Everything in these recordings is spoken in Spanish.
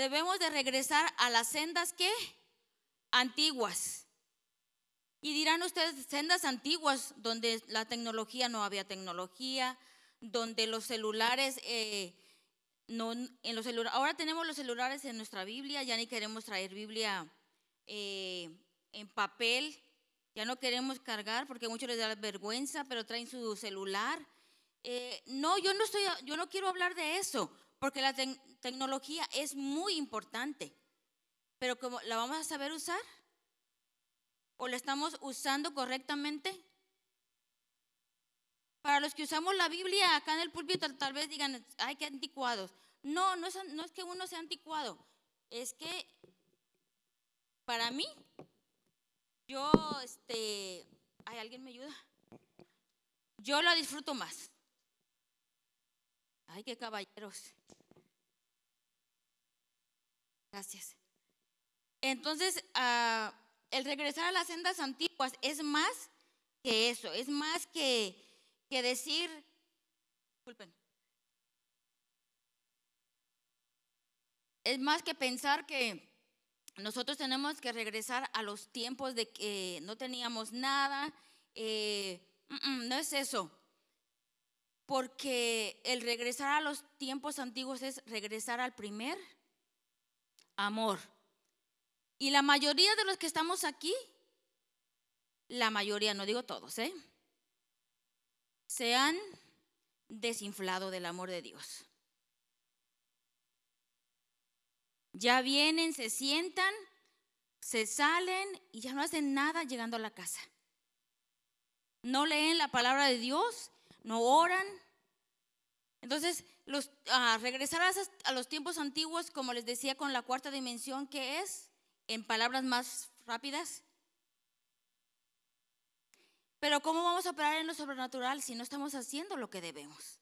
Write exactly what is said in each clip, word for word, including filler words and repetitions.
debemos de regresar a las sendas ¿qué? Antiguas. Y dirán ustedes, sendas antiguas, donde la tecnología no había tecnología, donde los celulares, eh, no, en los celulares, ahora tenemos los celulares en nuestra Biblia, ya ni queremos traer Biblia eh, en papel, ya no queremos cargar porque a muchos les da vergüenza, pero traen su celular. Eh, no, yo no estoy, yo no quiero hablar de eso, porque la te- tecnología es muy importante, pero como la vamos a saber usar o la estamos usando correctamente. Para los que usamos la Biblia acá en el púlpito, tal vez digan, ay, qué anticuados. No, no es, no es que uno sea anticuado, es que para mí, yo, este, ay, ¿alguien me ayuda? Yo la disfruto más. Ay, qué caballeros. Gracias. Entonces, uh, el regresar a las sendas antiguas es más que eso, es más que, que decir, disculpen, es más que pensar que nosotros tenemos que regresar a los tiempos de que no teníamos nada. Eh, no es eso, porque el regresar a los tiempos antiguos es regresar al primer amor. Y la mayoría de los que estamos aquí, la mayoría, no digo todos, ¿eh? se han desinflado del amor de Dios. Ya vienen, se sientan, se salen y ya no hacen nada llegando a la casa. No leen la palabra de Dios, no oran. Entonces, los, uh, regresar a, esas, a los tiempos antiguos, como les decía, con la cuarta dimensión, ¿qué es? En palabras más rápidas. Pero ¿cómo vamos a operar en lo sobrenatural si no estamos haciendo lo que debemos?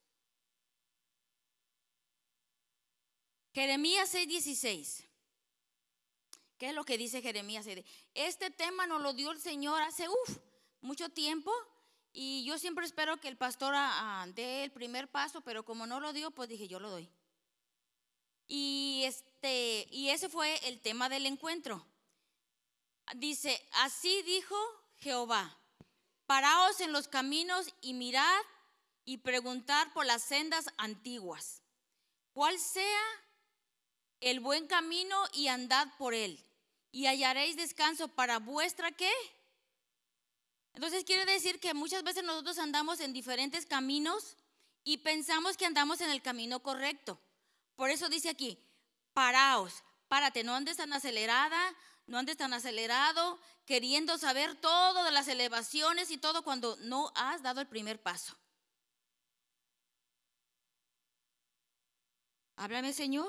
Jeremías seis dieciséis. ¿Qué es lo que dice Jeremías? Este tema nos lo dio el Señor hace uf, mucho tiempo y yo siempre espero que el pastor uh, dé el primer paso, pero como no lo dio, pues dije yo lo doy. Y, este, y ese fue el tema del encuentro. Dice, así dijo Jehová, paraos en los caminos y mirad y preguntad por las sendas antiguas, cuál sea el buen camino y andad por él, y hallaréis descanso para vuestra ¿qué? Entonces quiere decir que muchas veces nosotros andamos en diferentes caminos y pensamos que andamos en el camino correcto. Por eso dice aquí, paraos, párate, no andes tan acelerada, no andes tan acelerado, queriendo saber todo de las elevaciones y todo cuando no has dado el primer paso. Háblame, Señor.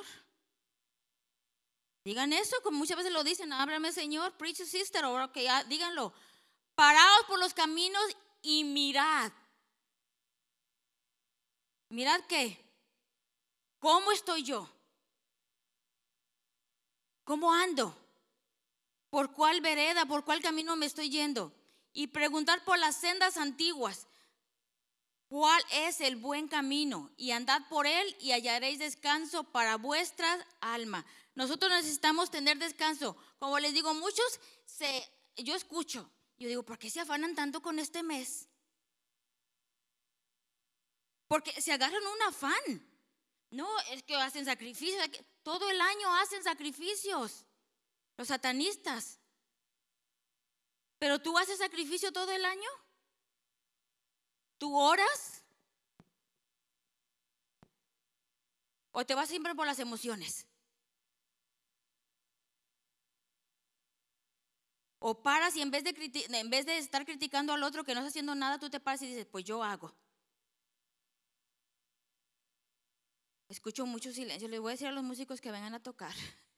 Digan eso, como muchas veces lo dicen, háblame, Señor, preach sister, o okay, díganlo. Paraos por los caminos y mirad. ¿Mirad qué? ¿Cómo estoy yo? ¿Cómo ando? ¿Por cuál vereda, por cuál camino me estoy yendo? Y preguntar por las sendas antiguas. ¿Cuál es el buen camino? Y andad por él y hallaréis descanso para vuestras almas. Nosotros necesitamos tener descanso. Como les digo, muchos se, yo escucho, yo digo, ¿por qué se afanan tanto con este mes? Porque se agarran un afán. No, es que hacen sacrificios. Todo el año hacen sacrificios. Los satanistas. ¿Pero tú haces sacrificio todo el año? ¿Tú oras? ¿O te vas siempre por las emociones? O paras y en vez, de criti- en vez de estar criticando al otro que no está haciendo nada, tú te paras y dices, pues yo hago. Escucho mucho silencio. Les voy a decir a los músicos que vengan a tocar.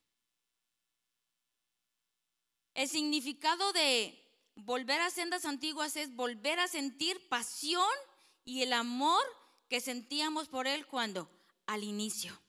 El significado de volver a sendas antiguas es volver a sentir pasión y el amor que sentíamos por él cuando al inicio.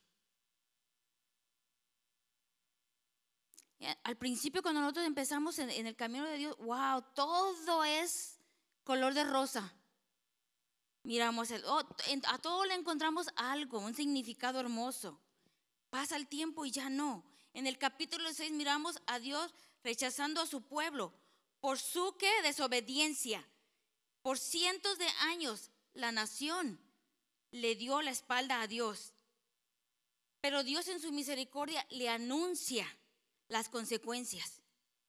Al principio cuando nosotros empezamos en, en el camino de Dios, wow, todo es color de rosa. Miramos, el, oh, a todo le encontramos algo, un significado hermoso. Pasa el tiempo y ya no. En el capítulo seis miramos a Dios rechazando a su pueblo por su ¿qué? Desobediencia. Por cientos de años la nación le dio la espalda a Dios. Pero Dios en su misericordia le anuncia las consecuencias.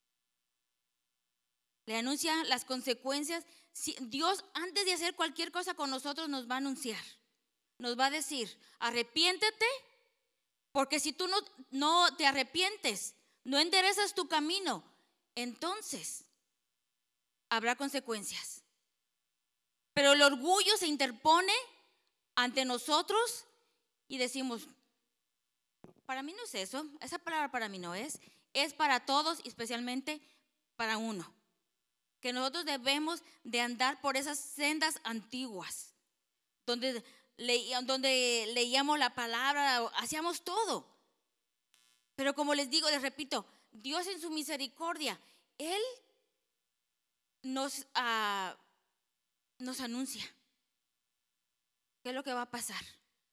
Le anuncia las consecuencias. Dios, antes de hacer cualquier cosa con nosotros, nos va a anunciar. Nos va a decir, arrepiéntete, porque si tú no, no te arrepientes, no enderezas tu camino, entonces habrá consecuencias. Pero el orgullo se interpone ante nosotros y decimos, para mí no es eso, esa palabra para mí no es, es para todos y especialmente para uno. Que nosotros debemos de andar por esas sendas antiguas, donde, le, donde leíamos la palabra, hacíamos todo. Pero como les digo, les repito, Dios en su misericordia, Él nos, uh, nos anuncia qué es lo que va a pasar.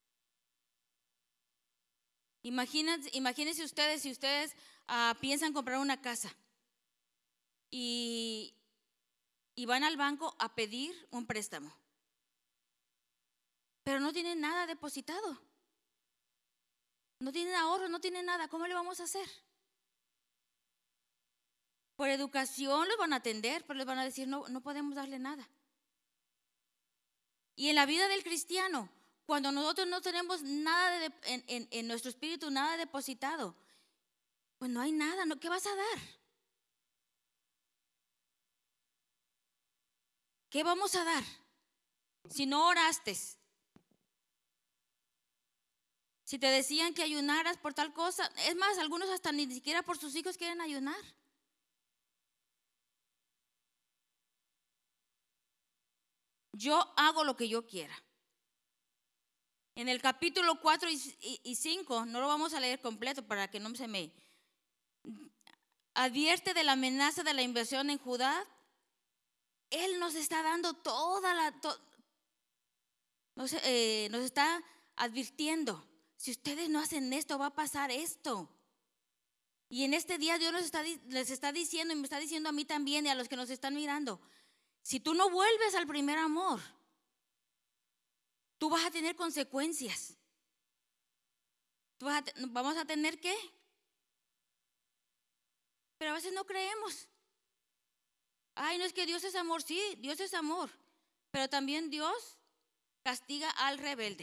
Imagínense, imagínense ustedes, si ustedes uh, piensan comprar una casa y, y van al banco a pedir un préstamo, pero no tienen nada depositado, no tienen ahorro, no tienen nada, ¿cómo le vamos a hacer? Por educación los van a atender, pero les van a decir, no, no podemos darle nada. Y en la vida del cristiano, cuando nosotros no tenemos nada de, en, en, en nuestro espíritu, nada depositado, pues no hay nada, ¿no? ¿Qué vas a dar? ¿Qué vamos a dar? Si no oraste, si te decían que ayunaras por tal cosa, es más, algunos hasta ni siquiera por sus hijos quieren ayunar. Yo hago lo que yo quiera. En el capítulo cuatro y cinco, no lo vamos a leer completo para que no se me... Advierte de la amenaza de la invasión en Judá. Él nos está dando toda la... To, nos, eh, nos está advirtiendo. Si ustedes no hacen esto, va a pasar esto. Y en este día Dios nos está, les está diciendo, y me está diciendo a mí también y a los que nos están mirando, si tú no vuelves al primer amor, tú vas a tener consecuencias. Tú vas a, vamos a tener ¿qué? Pero a veces no creemos. Ay, no, es que Dios es amor. Sí, Dios es amor. Pero también Dios castiga al rebelde.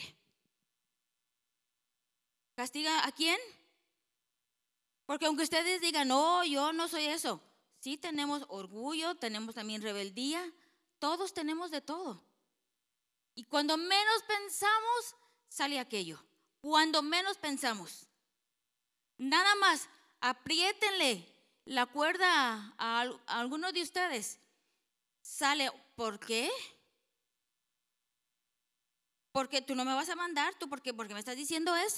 ¿Castiga a quién? Porque aunque ustedes digan, no, yo no soy eso. Sí tenemos orgullo, tenemos también rebeldía. Todos tenemos de todo. Y cuando menos pensamos, sale aquello. Cuando menos pensamos. Nada más, apriétenle la cuerda a, a, a alguno de ustedes. Sale, ¿por qué? Porque tú no me vas a mandar, tú, ¿por qué? Porque me estás diciendo eso.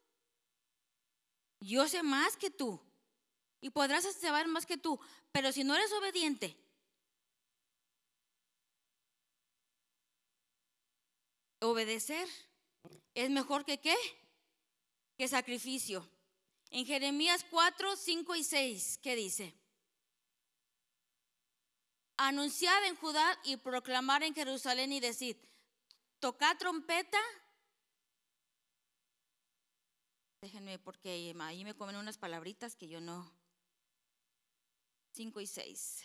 Yo sé más que tú y podrás saber más que tú, pero si no eres obediente, obedecer es mejor que ¿qué? Que sacrificio. En Jeremías cuatro, cinco y seis, ¿qué dice? Anunciad en Judá y proclamar en Jerusalén y decid, tocad trompeta. Déjenme porque ahí me comen unas palabritas que yo no. cinco y seis.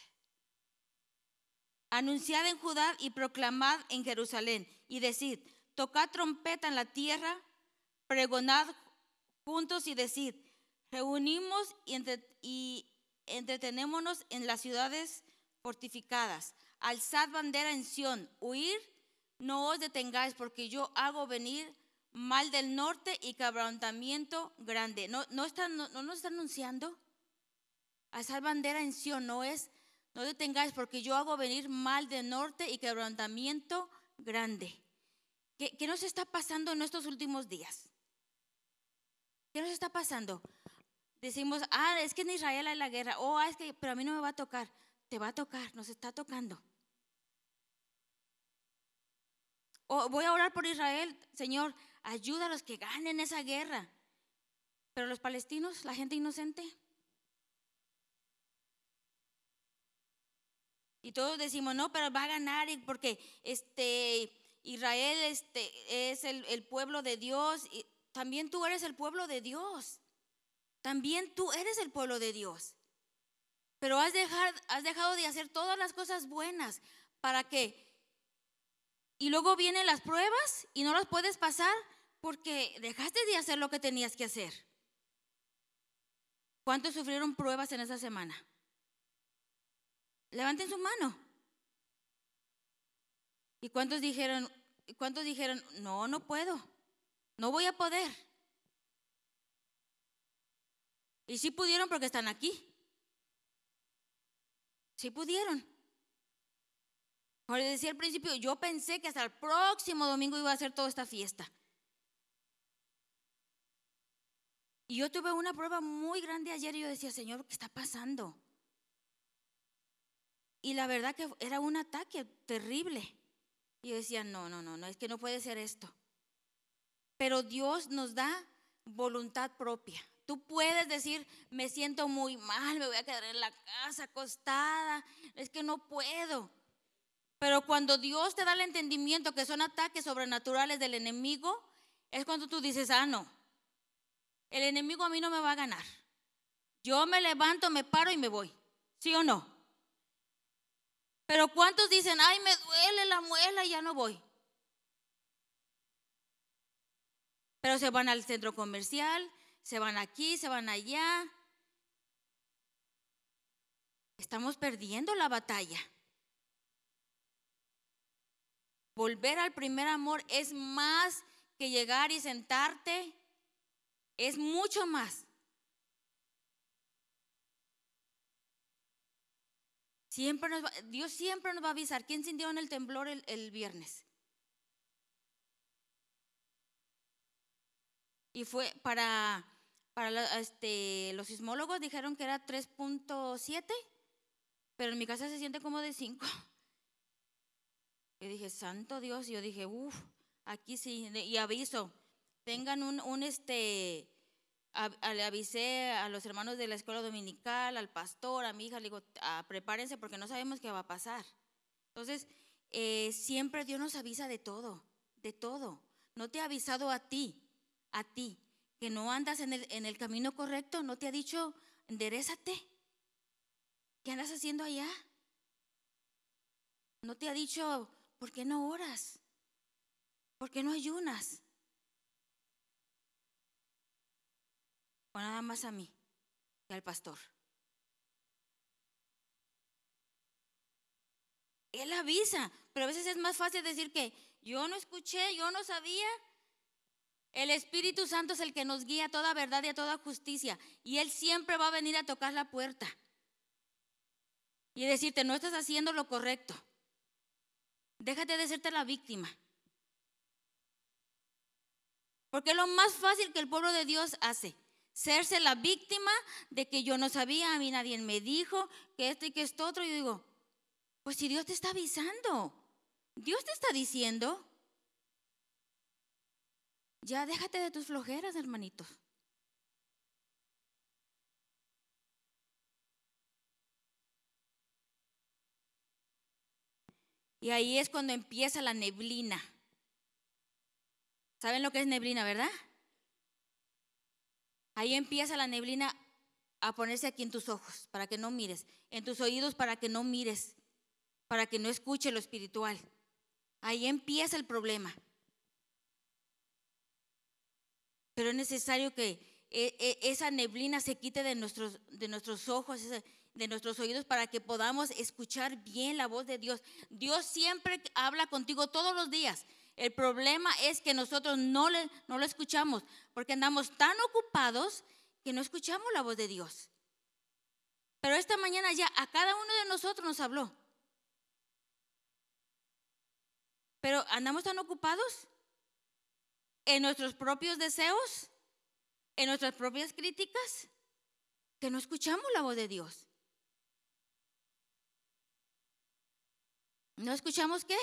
Anunciad en Judá y proclamad en Jerusalén y decid, tocad trompeta en la tierra, pregonad juntos y decid, reunimos y, entre, y entretenémonos en las ciudades fortificadas, alzad bandera en Sión, huir, no os detengáis, porque yo hago venir mal del norte y quebrantamiento grande. ¿No, no, está, no, no nos está anunciando? Alzar bandera en Sión, no es, no detengáis, porque yo hago venir mal del norte y quebrantamiento grande. ¿Qué, qué nos está pasando en estos últimos días? ¿Qué nos está pasando? Decimos, ah, es que en Israel hay la guerra, oh, es que, pero a mí no me va a tocar. Te va a tocar, nos está tocando. O voy a orar por Israel, Señor, ayuda a los que ganen esa guerra. Pero los palestinos, la gente inocente. Y todos decimos, no, pero va a ganar porque este, Israel este, es el, el pueblo de Dios. Y también tú eres el pueblo de Dios. También tú eres el pueblo de Dios. Pero has dejado, has dejado de hacer todas las cosas buenas. ¿Para qué? Y luego vienen las pruebas y no las puedes pasar porque dejaste de hacer lo que tenías que hacer. ¿Cuántos sufrieron pruebas en esa semana? Levanten su mano. ¿Y cuántos dijeron, cuántos dijeron, no, no puedo, no voy a poder? Y sí pudieron porque están aquí. Sí pudieron. Como les decía al principio, yo pensé que hasta el próximo domingo iba a hacer toda esta fiesta. Y yo tuve una prueba muy grande ayer y yo decía, Señor, ¿qué está pasando? Y la verdad que era un ataque terrible. Y yo decía, no, no, no, no, es que no puede ser esto. Pero Dios nos da voluntad propia. Tú puedes decir, me siento muy mal, me voy a quedar en la casa acostada, es que no puedo. Pero cuando Dios te da el entendimiento que son ataques sobrenaturales del enemigo, es cuando tú dices, ah, no, el enemigo a mí no me va a ganar. Yo me levanto, me paro y me voy. ¿Sí o no? Pero ¿cuántos dicen, ay, me duele la muela y ya no voy? Pero se van al centro comercial, se van aquí, se van allá. Estamos perdiendo la batalla. Volver al primer amor es más que llegar y sentarte, es mucho más. Siempre nos va, Dios siempre nos va a avisar. ¿Quién sintió en el temblor el, el viernes? Y fue para, para la, este, los sismólogos dijeron que era tres punto siete, pero en mi casa se siente como de cinco. Yo dije, santo Dios, y yo dije, uff, aquí sí, y aviso, tengan un, un este, a, a, le avisé a los hermanos de la escuela dominical, al pastor, a mi hija, le digo, ah, prepárense porque no sabemos qué va a pasar. Entonces, eh, siempre Dios nos avisa de todo, de todo. No te ha avisado a ti, a ti, que no andas en el, en el camino correcto, no te ha dicho, enderézate. ¿Qué andas haciendo allá? No te ha dicho, ¿por qué no oras? ¿Por qué no ayunas? O nada más a mí y al pastor. Él avisa, pero a veces es más fácil decir que yo no escuché, yo no sabía. El Espíritu Santo es el que nos guía a toda verdad y a toda justicia. Y Él siempre va a venir a tocar la puerta y decirte, no estás haciendo lo correcto. Déjate de serte la víctima. Porque es lo más fácil que el pueblo de Dios hace. Serse la víctima de que yo no sabía, a mí nadie me dijo, que esto y que esto otro. Y yo digo, pues si Dios te está avisando, Dios te está diciendo, ya déjate de tus flojeras, hermanitos. Y ahí es cuando empieza la neblina. ¿Saben lo que es neblina, verdad? Ahí empieza la neblina a ponerse aquí en tus ojos para que no mires, en tus oídos para que no mires, para que no escuches lo espiritual. Ahí empieza el problema. Pero es necesario que esa neblina se quite de nuestros, de nuestros ojos, de nuestros oídos, para que podamos escuchar bien la voz de Dios. Dios siempre habla contigo todos los días. El problema es que nosotros no, le, no lo escuchamos porque andamos tan ocupados que no escuchamos la voz de Dios. Pero esta mañana ya a cada uno de nosotros nos habló. Pero andamos tan ocupados en nuestros propios deseos, en nuestras propias críticas, que no escuchamos la voz de Dios. ¿No escuchamos qué?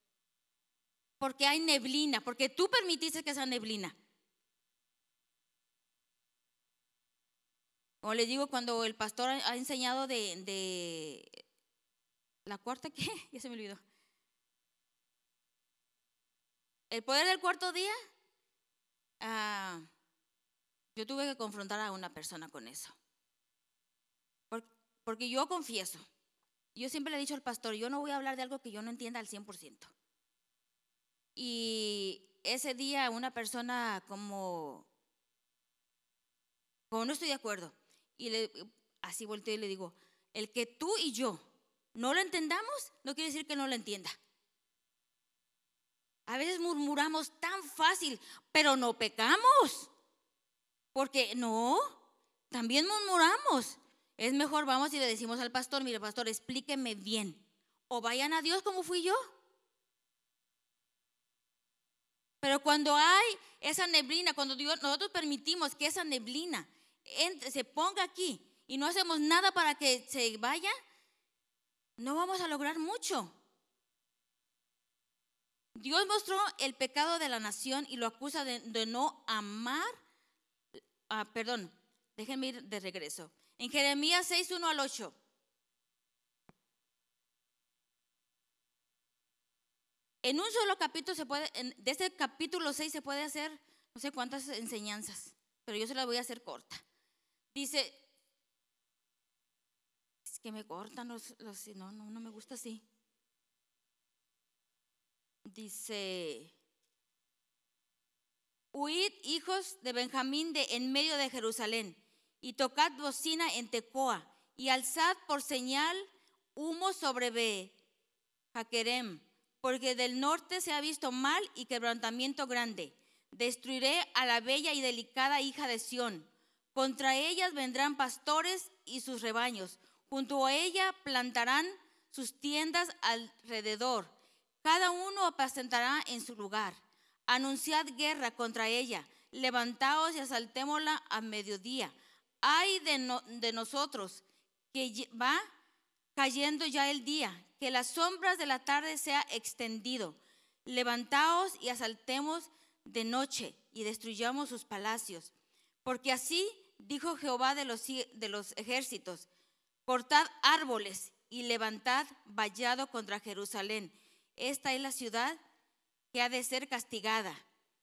Porque hay neblina, porque tú permitiste que esa neblina. Como les digo, cuando el pastor ha ha enseñado de, de la cuarta, ¿qué? Ya se me olvidó. El poder del cuarto día, ah, yo tuve que confrontar a una persona con eso. Por- porque yo confieso, yo siempre le he dicho al pastor, yo no voy a hablar de algo que yo no entienda al cien por ciento. Y ese día una persona como, como no estoy de acuerdo, y le, así volteo y le digo, el que tú y yo no lo entendamos no quiere decir que no lo entienda. A veces murmuramos tan fácil, pero no pecamos. Porque no, también murmuramos. Es mejor vamos y le decimos al pastor, mire pastor, explíqueme bien. O vayan a Dios como fui yo. Pero cuando hay esa neblina, cuando Dios, nosotros permitimos que esa neblina entre, se ponga aquí y no hacemos nada para que se vaya, no vamos a lograr mucho. Dios mostró el pecado de la nación y lo acusa de, de no amar. Ah, perdón, déjenme ir de regreso. En Jeremías seis, uno al ocho. En un solo capítulo se puede, en, de este capítulo seis se puede hacer no sé cuántas enseñanzas, pero yo se las voy a hacer corta. Dice, es que me cortan los, los no, no, no me gusta así. Dice, huid hijos de Benjamín de en medio de Jerusalén y tocad bocina en Tecoa y alzad por señal humo sobre Be Jaquerem, porque del norte se ha visto mal y quebrantamiento grande. Destruiré a la bella y delicada hija de Sión. Contra ellas vendrán pastores y sus rebaños. Junto a ella plantarán sus tiendas alrededor. Cada uno apacentará en su lugar. Anunciad guerra contra ella. Levantaos y asaltémosla a mediodía. Ay de, no, de nosotros, que va cayendo ya el día, que las sombras de la tarde sea extendido. Levantaos y asaltemos de noche y destruyamos sus palacios. Porque así dijo Jehová de los, de los ejércitos: cortad árboles y levantad vallado contra Jerusalén. Esta es la ciudad que ha de ser castigada.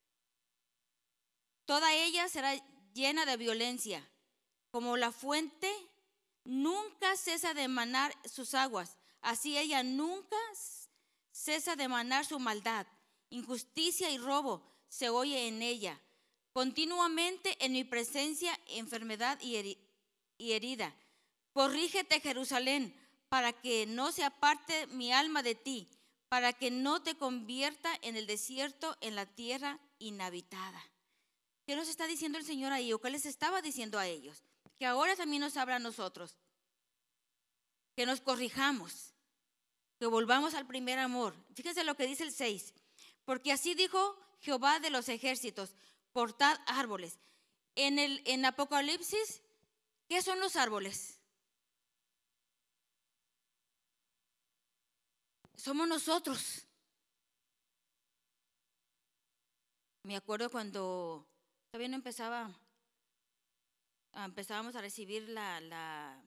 Toda ella será llena de violencia, como la fuente nunca cesa de manar sus aguas, así ella nunca cesa de manar su maldad. Injusticia y robo se oye en ella. Continuamente en mi presencia enfermedad y herida. Corrígete, Jerusalén, para que no se aparte mi alma de ti, para que no te convierta en el desierto, en la tierra inhabitada. ¿Qué nos está diciendo el Señor ahí? ¿O qué les estaba diciendo a ellos? Que ahora también nos habla a nosotros. Que nos corrijamos, que volvamos al primer amor. Fíjense lo que dice el seis. Porque así dijo Jehová de los ejércitos: cortad árboles. En el en Apocalipsis, ¿qué son los árboles? Somos nosotros. Me acuerdo cuando todavía no empezaba, empezábamos a recibir la, la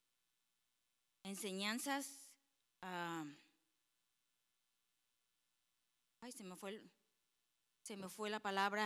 enseñanzas. Uh, ay, se me fue, el, se me fue la palabra.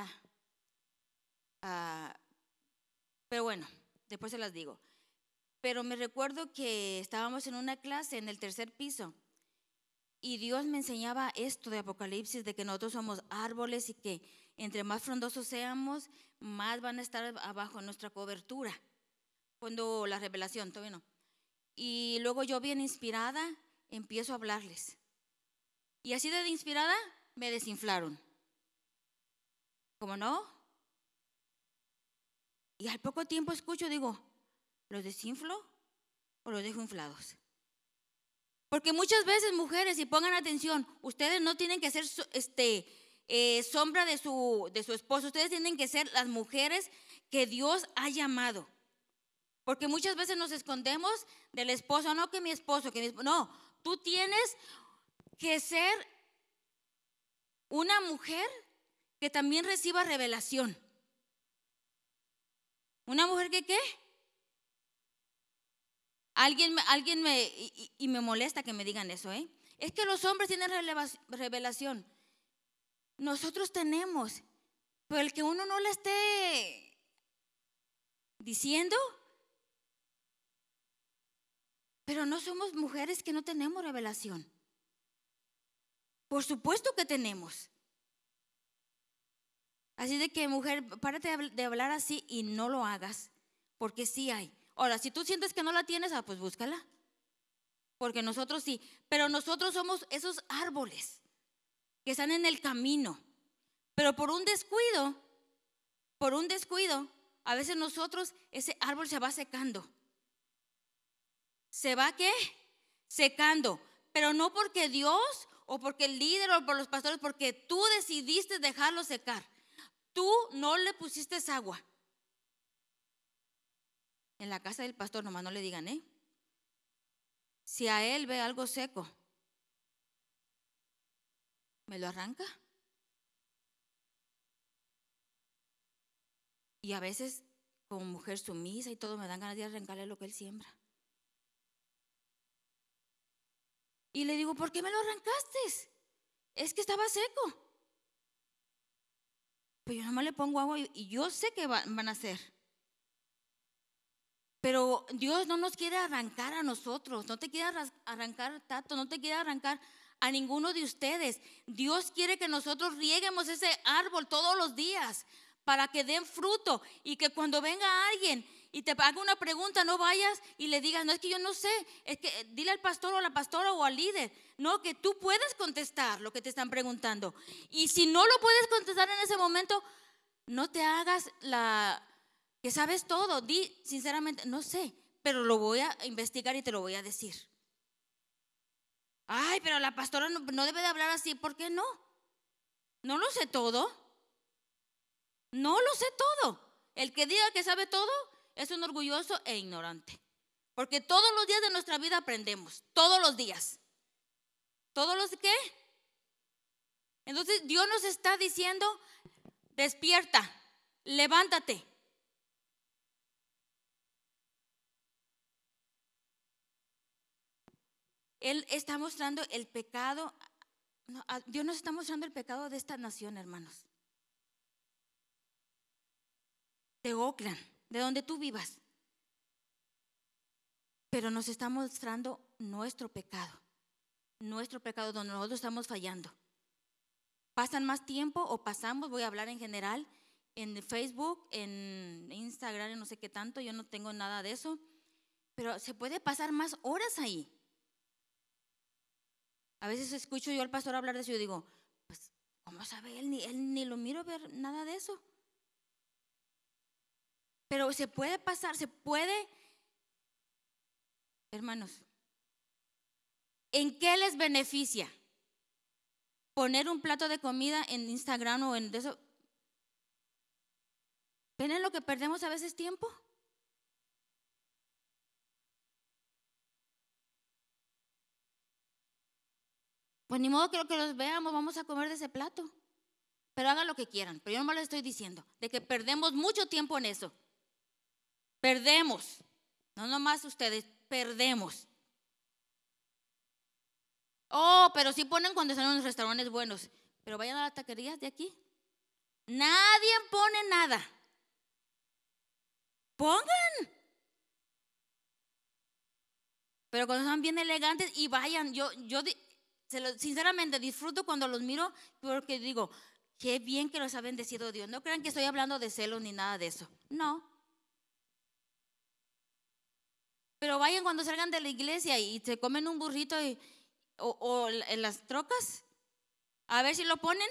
Uh, pero bueno, después se las digo. Pero me recuerdo que estábamos en una clase en el tercer piso y Dios me enseñaba esto de Apocalipsis, de que nosotros somos árboles y que entre más frondosos seamos, más van a estar abajo en nuestra cobertura. Cuando la revelación, todavía no. Y luego yo bien inspirada empiezo a hablarles. Y así de inspirada me desinflaron. ¿Cómo no? Y al poco tiempo escucho, digo, ¿los desinflo o los dejo inflados? Porque muchas veces, mujeres, y pongan atención, ustedes no tienen que ser este, eh, sombra de su, de su esposo. Ustedes tienen que ser las mujeres que Dios ha llamado. Porque muchas veces nos escondemos del esposo. No, que mi esposo, que mi esposo. No, tú tienes que ser una mujer que también reciba revelación. ¿Una mujer que qué? Alguien, me- alguien me, y, y me molesta que me digan eso, ¿eh? Es que los hombres tienen releva- revelación. Nosotros tenemos, pero el que uno no le esté diciendo, pero no somos mujeres que no tenemos revelación. Por supuesto que tenemos. Así de que, mujer, párate de habl- de hablar así y no lo hagas, porque sí hay. Ahora, si tú sientes que no la tienes, ah, pues búscala, porque nosotros sí. Pero nosotros somos esos árboles que están en el camino. Pero por un descuido, por un descuido, a veces nosotros, ese árbol se va secando. ¿Se va qué? Secando. Pero no porque Dios o porque el líder o por los pastores, porque tú decidiste dejarlo secar. Tú no le pusiste agua. En la casa del pastor nomás no le digan, ¿eh? Si a él ve algo seco, ¿me lo arranca? Y a veces, como mujer sumisa y todo, me dan ganas de arrancarle lo que él siembra. Y le digo, ¿por qué me lo arrancaste? Es que estaba seco. Pues yo nomás le pongo agua y, y yo sé que va- van a hacer. Pero Dios no nos quiere arrancar a nosotros, no te quiere arras- arrancar Tato, no te quiere arrancar a ninguno de ustedes. Dios quiere que nosotros rieguemos ese árbol todos los días para que den fruto y que cuando venga alguien y te haga una pregunta, no vayas y le digas, no, es que yo no sé, es que eh, dile al pastor o a la pastora o al líder. No, que tú puedas contestar lo que te están preguntando. Y si no lo puedes contestar en ese momento, no te hagas la que sabes todo. Di sinceramente, no sé, pero lo voy a investigar y te lo voy a decir. Ay, pero la pastora no, no debe de hablar así. ¿Por qué no? No lo sé todo. No lo sé todo. El que diga que sabe todo es un orgulloso e ignorante. Porque todos los días de nuestra vida aprendemos. Todos los días. ¿Todos los qué? Entonces Dios nos está diciendo, despierta, levántate. Él está mostrando el pecado. No, Dios nos está mostrando el pecado de esta nación, hermanos. De Oakland, de donde tú vivas. Pero nos está mostrando nuestro pecado. Nuestro pecado donde nosotros estamos fallando. Pasan más tiempo o pasamos, voy a hablar en general, en Facebook, en Instagram, en no sé qué tanto, yo no tengo nada de eso. Pero se puede pasar más horas ahí. A veces escucho yo al pastor hablar de eso y yo digo, pues, ¿cómo sabe él? Ni, él ni lo miro ver nada de eso. Pero se puede pasar, se puede, hermanos, ¿en qué les beneficia poner un plato de comida en Instagram o en eso? ¿Ven en lo que perdemos a veces tiempo? Pues ni modo que lo que los veamos, vamos a comer de ese plato. Pero hagan lo que quieran, pero yo no les estoy diciendo de que perdemos mucho tiempo en eso. Perdemos, no nomás ustedes, perdemos. Oh, pero sí ponen cuando están en los restaurantes buenos. Pero vayan a las taquerías de aquí. Nadie pone nada. Pongan. Pero cuando están bien elegantes y vayan, yo, yo se lo, sinceramente disfruto cuando los miro porque digo, qué bien que los ha bendecido Dios. No crean que estoy hablando de celos ni nada de eso. No. Pero vayan cuando salgan de la iglesia y se comen un burrito y, o, o en las trocas, a ver si lo ponen.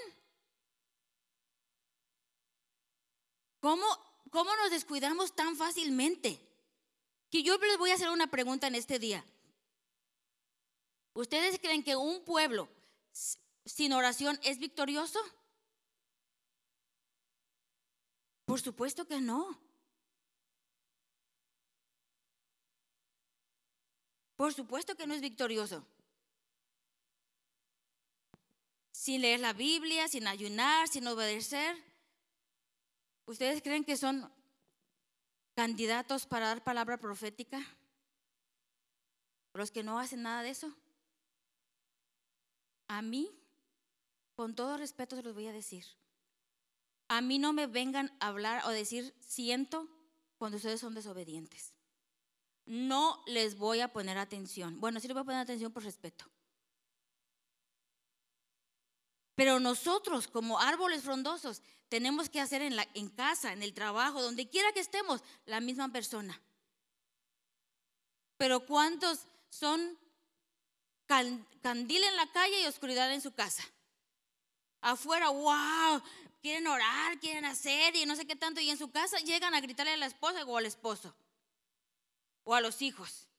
¿Cómo, cómo nos descuidamos tan fácilmente? Que yo les voy a hacer una pregunta en este día. ¿Ustedes creen que un pueblo sin oración es victorioso? Por supuesto que no. Por supuesto que no es victorioso. Sin leer la Biblia, sin ayunar, sin obedecer. ¿Ustedes creen que son candidatos para dar palabra profética? los que no hacen nada de eso, a mí, con todo respeto se los voy a decir, a mí no me vengan a hablar o decir siento cuando ustedes son desobedientes. No les voy a poner atención. Bueno, sí les voy a poner atención por respeto. Pero nosotros como árboles frondosos tenemos que hacer en, la, en casa, en el trabajo, donde quiera que estemos, la misma persona. Pero ¿cuántos son candil en la calle y oscuridad en su casa? Afuera, wow, quieren orar, quieren hacer y no sé qué tanto. Y en su casa llegan a gritarle a la esposa o al esposo o a los hijos.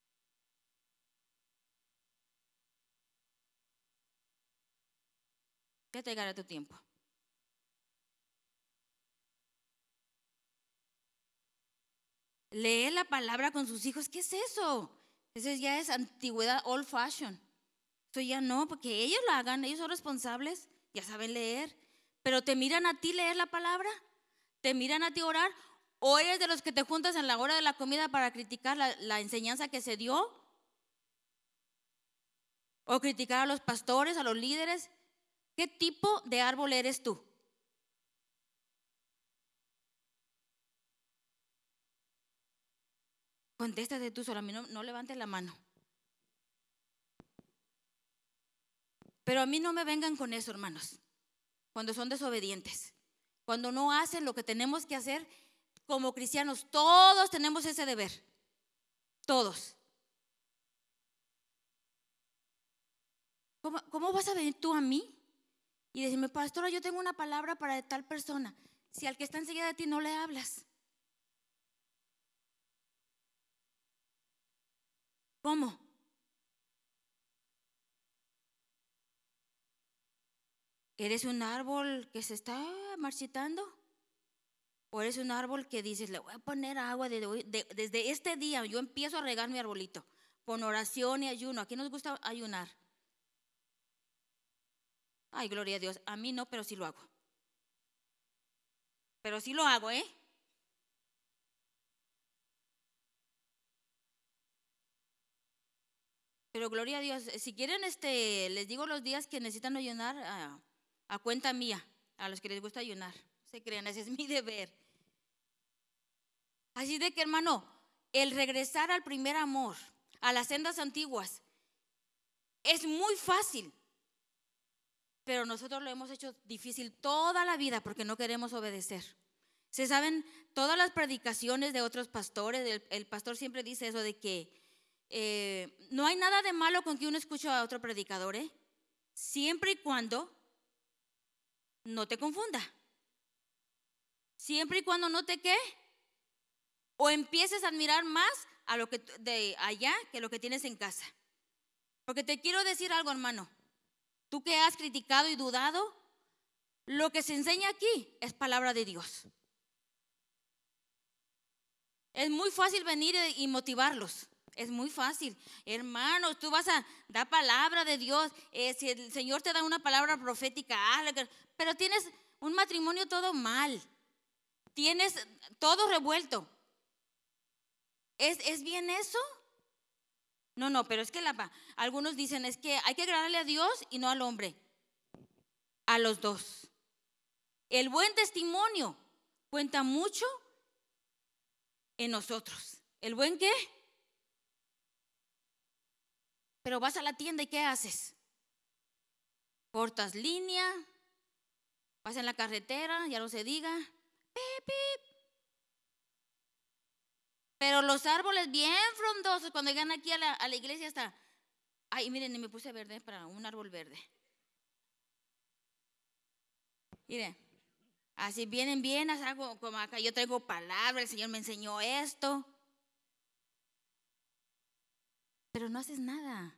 Ya te llegará tu tiempo. Lee la palabra con sus hijos. ¿Qué es eso? Eso ya es antigüedad, old fashion. Eso ya no, porque ellos lo hagan, ellos son responsables, ya saben leer. Pero te miran a ti leer la palabra, te miran a ti orar, o eres de los que te juntas en la hora de la comida para criticar la, la enseñanza que se dio, o criticar a los pastores, a los líderes. ¿Qué tipo de árbol eres tú? Contéstate tú solo, a mí no, no levantes la mano. Pero a mí no me vengan con eso, hermanos, cuando son desobedientes, cuando no hacen lo que tenemos que hacer como cristianos. Todos tenemos ese deber, todos. ¿Cómo, cómo vas a venir tú a mí y decirme, pastora, yo tengo una palabra para tal persona, si al que está enseguida de ti no le hablas? ¿Cómo? ¿Eres un árbol que se está marchitando? ¿O eres un árbol que dices, le voy a poner agua de, de, desde este día, yo empiezo a regar mi arbolito con oración y ayuno? ¿A quién nos gusta ayunar? Ay, gloria a Dios. A mí no, pero sí lo hago. Pero sí lo hago, ¿eh? Pero gloria a Dios. Si quieren, este, les digo los días que necesitan ayunar a, a cuenta mía, a los que les gusta ayunar. No se crean, ese es mi deber. Así de que, hermano, el regresar al primer amor, a las sendas antiguas, es muy fácil. Pero nosotros lo hemos hecho difícil toda la vida porque no queremos obedecer. Se saben todas las predicaciones de otros pastores. El, el pastor siempre dice eso de que eh, no hay nada de malo con que uno escuche a otro predicador, ¿eh? Siempre y cuando no te confunda. Siempre y cuando no te qué. O empieces a admirar más a lo que de allá que lo que tienes en casa. Porque te quiero decir algo, hermano. Tú que has criticado y dudado, lo que se enseña aquí es palabra de Dios. Es muy fácil venir y motivarlos. Es muy fácil. Hermanos, tú vas a dar palabra de Dios. Eh, si el Señor te da una palabra profética, pero tienes un matrimonio todo mal. Tienes todo revuelto. ¿Es, es bien eso? No, no, pero es que la, algunos dicen es que hay que agradarle a Dios y no al hombre. A los dos. El buen testimonio cuenta mucho en nosotros. ¿El buen qué? Pero vas a la tienda y ¿qué haces? Cortas línea, vas en la carretera, ya no se diga. Pip, pip. Pero los árboles bien frondosos, cuando llegan aquí a la, a la iglesia hasta, ay, miren, me puse verde para un árbol verde. Miren, así vienen bien, algo como acá, yo traigo palabra, el Señor me enseñó esto. Pero no haces nada.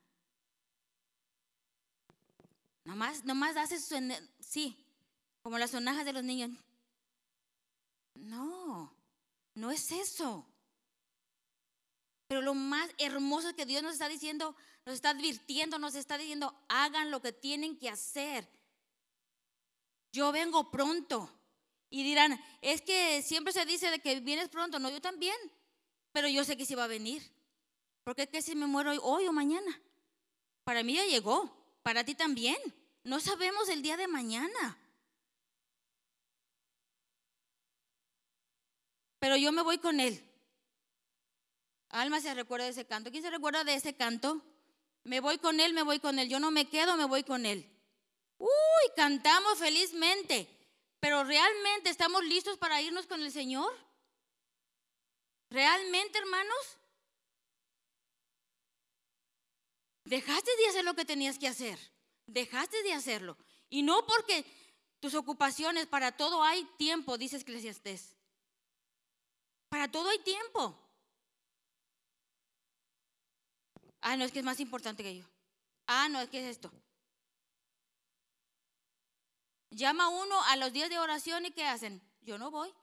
Nomás, nomás haces, sí, como las sonajas de los niños. No, no es eso. Pero lo más hermoso es que Dios nos está diciendo, nos está advirtiendo, nos está diciendo, hagan lo que tienen que hacer. Yo vengo pronto. Y dirán, es que siempre se dice de que vienes pronto. No, yo también. Pero yo sé que sí va a venir. Porque qué si me muero hoy, hoy o mañana. Para mí ya llegó, para ti también. No sabemos el día de mañana. Pero yo me voy con Él. Alma se recuerda de ese canto. ¿Quién se recuerda de ese canto? Me voy con Él, me voy con Él. Yo no me quedo, me voy con Él. Uy, cantamos felizmente. Pero ¿realmente estamos listos para irnos con el Señor? ¿Realmente, hermanos? Dejaste de hacer lo que tenías que hacer. Dejaste de hacerlo. Y no porque tus ocupaciones, para todo hay tiempo, dice Eclesiastés. Para todo hay tiempo. Ah, no, es que es más importante que yo. Ah, no, es que es esto. Llama uno a los días de oración y ¿qué hacen? Yo no voy.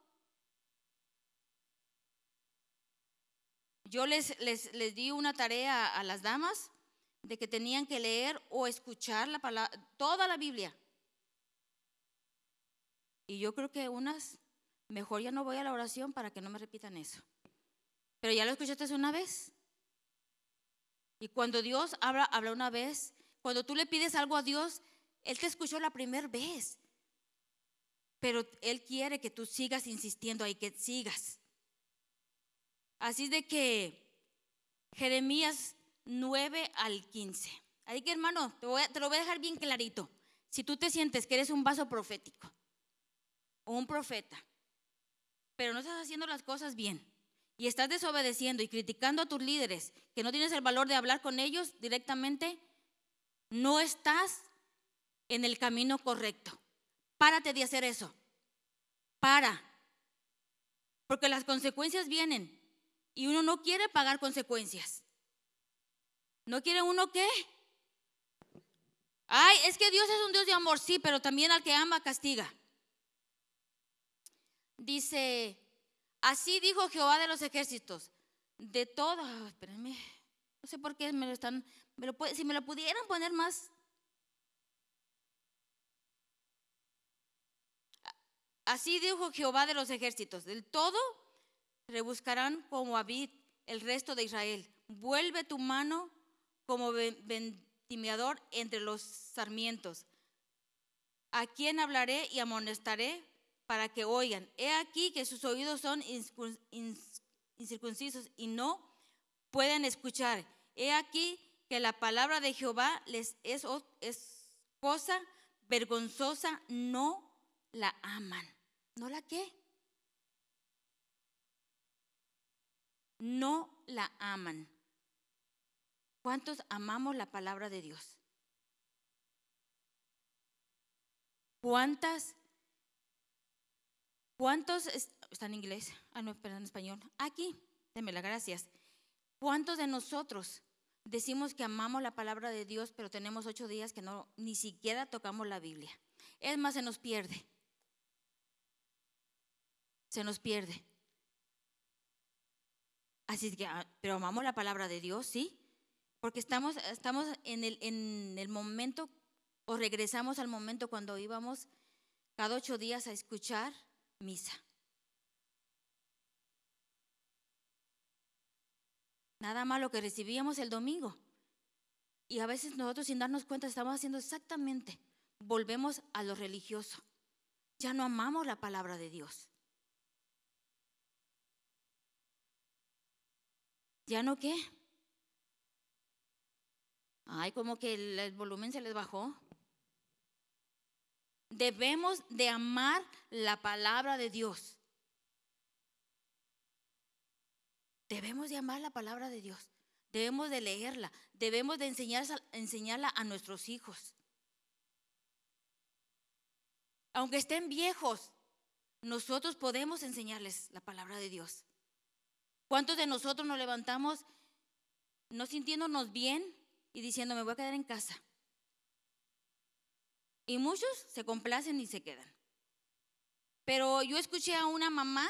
Yo les, les, les di una tarea a las damas de que tenían que leer o escuchar la palabra, toda la Biblia. Y yo creo que unas, mejor ya no voy a la oración para que no me repitan eso. Pero ya lo escuchaste una vez. Y cuando Dios habla, habla una vez, cuando tú le pides algo a Dios, Él te escuchó la primera vez. Pero Él quiere que tú sigas insistiendo ahí, que sigas. Así de que Jeremías nueve al quince. Así que hermano, te, voy a, te lo voy a dejar bien clarito. Si tú te sientes que eres un vaso profético o un profeta, pero no estás haciendo las cosas bien y estás desobedeciendo y criticando a tus líderes, que no tienes el valor de hablar con ellos directamente, no estás en el camino correcto. Párate de hacer eso. Para. Porque las consecuencias vienen y uno no quiere pagar consecuencias. ¿No quiere uno qué? Ay, es que Dios es un Dios de amor, sí, pero también al que ama castiga. Dice, así dijo Jehová de los ejércitos, de todo, oh, espérenme, no sé por qué me lo están, me lo, si me lo pudieran poner más. Así dijo Jehová de los ejércitos, del todo rebuscarán como a vid el resto de Israel. Vuelve tu mano como vendimiador entre los sarmientos. ¿A quién hablaré y amonestaré para que oigan? He aquí que sus oídos son incircuncisos y no pueden escuchar. He aquí que la palabra de Jehová les es, es cosa vergonzosa, no la aman. ¿No la qué? No la aman. ¿Cuántos amamos la palabra de Dios? ¿Cuántas? ¿Cuántos? Está en inglés. Ah, no, perdón, en español. Aquí, déme las gracias. ¿Cuántos de nosotros decimos que amamos la palabra de Dios, pero tenemos ocho días que no, ni siquiera tocamos la Biblia? Es más, se nos pierde. Se nos pierde. Así que, pero amamos la palabra de Dios, ¿sí? Porque estamos, estamos en, el, en el momento, o regresamos al momento cuando íbamos cada ocho días a escuchar misa. Nada más lo que recibíamos el domingo. Y a veces nosotros sin darnos cuenta estamos haciendo exactamente, volvemos a lo religioso. Ya no amamos la palabra de Dios. ¿Ya no qué? Ay, como que el, el volumen se les bajó. Debemos de amar la palabra de Dios. Debemos de amar la palabra de Dios. Debemos de leerla. Debemos de enseñarla, enseñarla a nuestros hijos. Aunque estén viejos, nosotros podemos enseñarles la palabra de Dios. ¿Cuántos de nosotros nos levantamos no sintiéndonos bien y diciendo me voy a quedar en casa? Y muchos se complacen y se quedan. Pero yo escuché a una mamá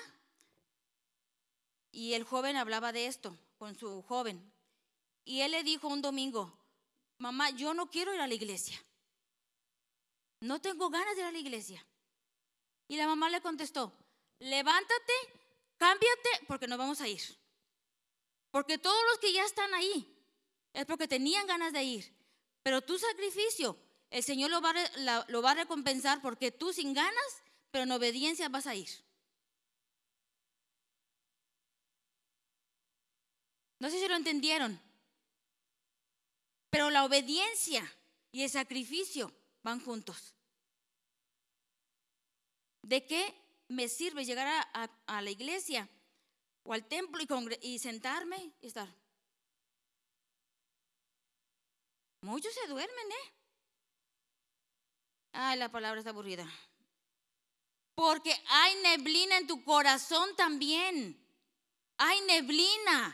y el joven hablaba de esto con su joven. Y él le dijo un domingo, mamá, yo no quiero ir a la iglesia. No tengo ganas de ir a la iglesia. Y la mamá le contestó, levántate, cámbiate porque nos vamos a ir. Porque todos los que ya están ahí es porque tenían ganas de ir. Pero tu sacrificio, el Señor lo va, a, la, lo va a recompensar porque tú sin ganas, pero en obediencia vas a ir. No sé si lo entendieron. Pero la obediencia y el sacrificio van juntos. ¿De qué me sirve llegar a, a, a la iglesia o al templo y, congre- y sentarme y estar? Muchos se duermen, ¿eh? Ay, la palabra está aburrida. Porque hay neblina en tu corazón también. Hay neblina.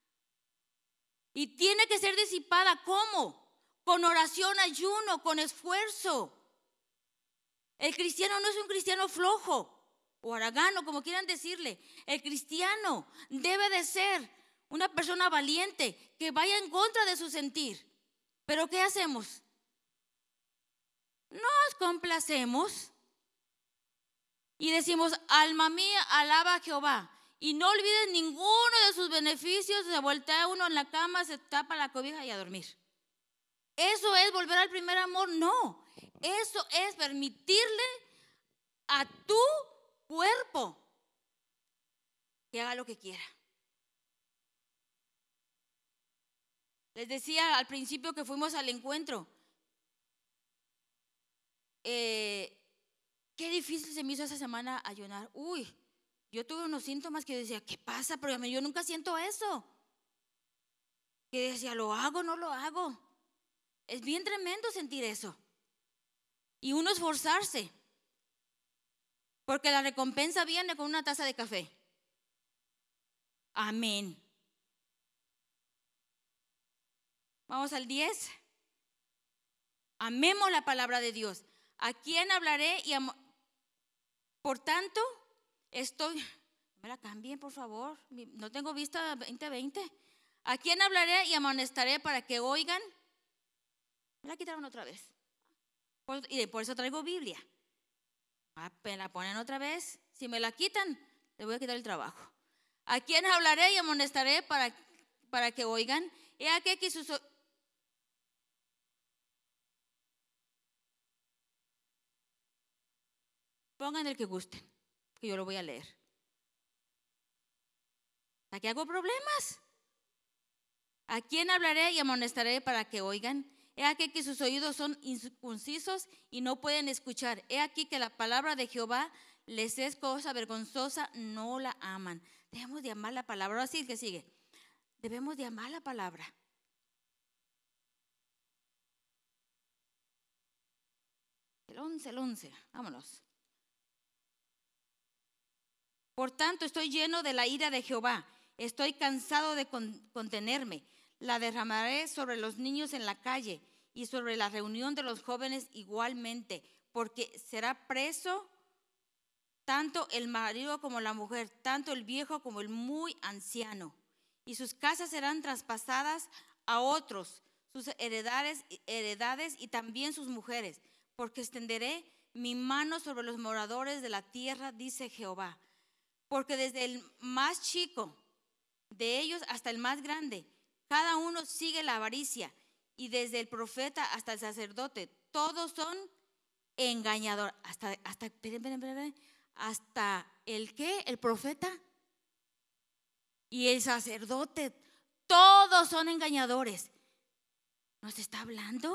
Y tiene que ser disipada. ¿Cómo? Con oración, ayuno, con esfuerzo. El cristiano no es un cristiano flojo o haragano, como quieran decirle. El cristiano debe de ser una persona valiente que vaya en contra de su sentir. ¿Pero qué hacemos? Nos complacemos y decimos, alma mía, alaba a Jehová. Y no olviden ninguno de sus beneficios. Se voltea uno en la cama, se tapa la cobija y a dormir. ¿Eso es volver al primer amor? No. Eso es permitirle a tu cuerpo que haga lo que quiera. Les decía al principio que fuimos al encuentro. Eh, qué difícil se me hizo esa semana ayunar. Uy, yo tuve unos síntomas que decía, ¿qué pasa? Pero yo nunca siento eso. Que decía, ¿lo hago? ¿No lo hago? Es bien tremendo sentir eso. Y uno esforzarse. Porque la recompensa viene con una taza de café. Amén. Vamos al diez. Amemos la palabra de Dios. ¿A quién hablaré? Y am- por tanto, estoy... Me la cambien, por favor. No tengo vista veinte veinte. ¿A quién hablaré y amonestaré para que oigan? Me la quitaron otra vez. Por, y por eso traigo Biblia. Ah, me la ponen otra vez. Si me la quitan, les voy a quitar el trabajo. ¿A quién hablaré y amonestaré para, para que oigan? He aquí que sus... Pongan el que gusten, que yo lo voy a leer. ¿A qué hago problemas? ¿A quién hablaré y amonestaré para que oigan? He aquí que sus oídos son incircuncisos y no pueden escuchar. He aquí que la palabra de Jehová les es cosa vergonzosa, no la aman. Debemos de amar la palabra. Ahora sí, el que sigue. Debemos de amar la palabra. El once, el once. Vámonos. Por tanto, estoy lleno de la ira de Jehová. Estoy cansado de contenerme. La derramaré sobre los niños en la calle y sobre la reunión de los jóvenes igualmente, porque será preso tanto el marido como la mujer, tanto el viejo como el muy anciano. Y sus casas serán traspasadas a otros, sus heredades, heredades y también sus mujeres, porque extenderé mi mano sobre los moradores de la tierra, dice Jehová. Porque desde el más chico de ellos hasta el más grande, cada uno sigue la avaricia, y desde el profeta hasta el sacerdote, todos son engañadores. Hasta, hasta, esperen, esperen, esperen, hasta el qué, el profeta y el sacerdote, todos son engañadores. ¿Nos está hablando?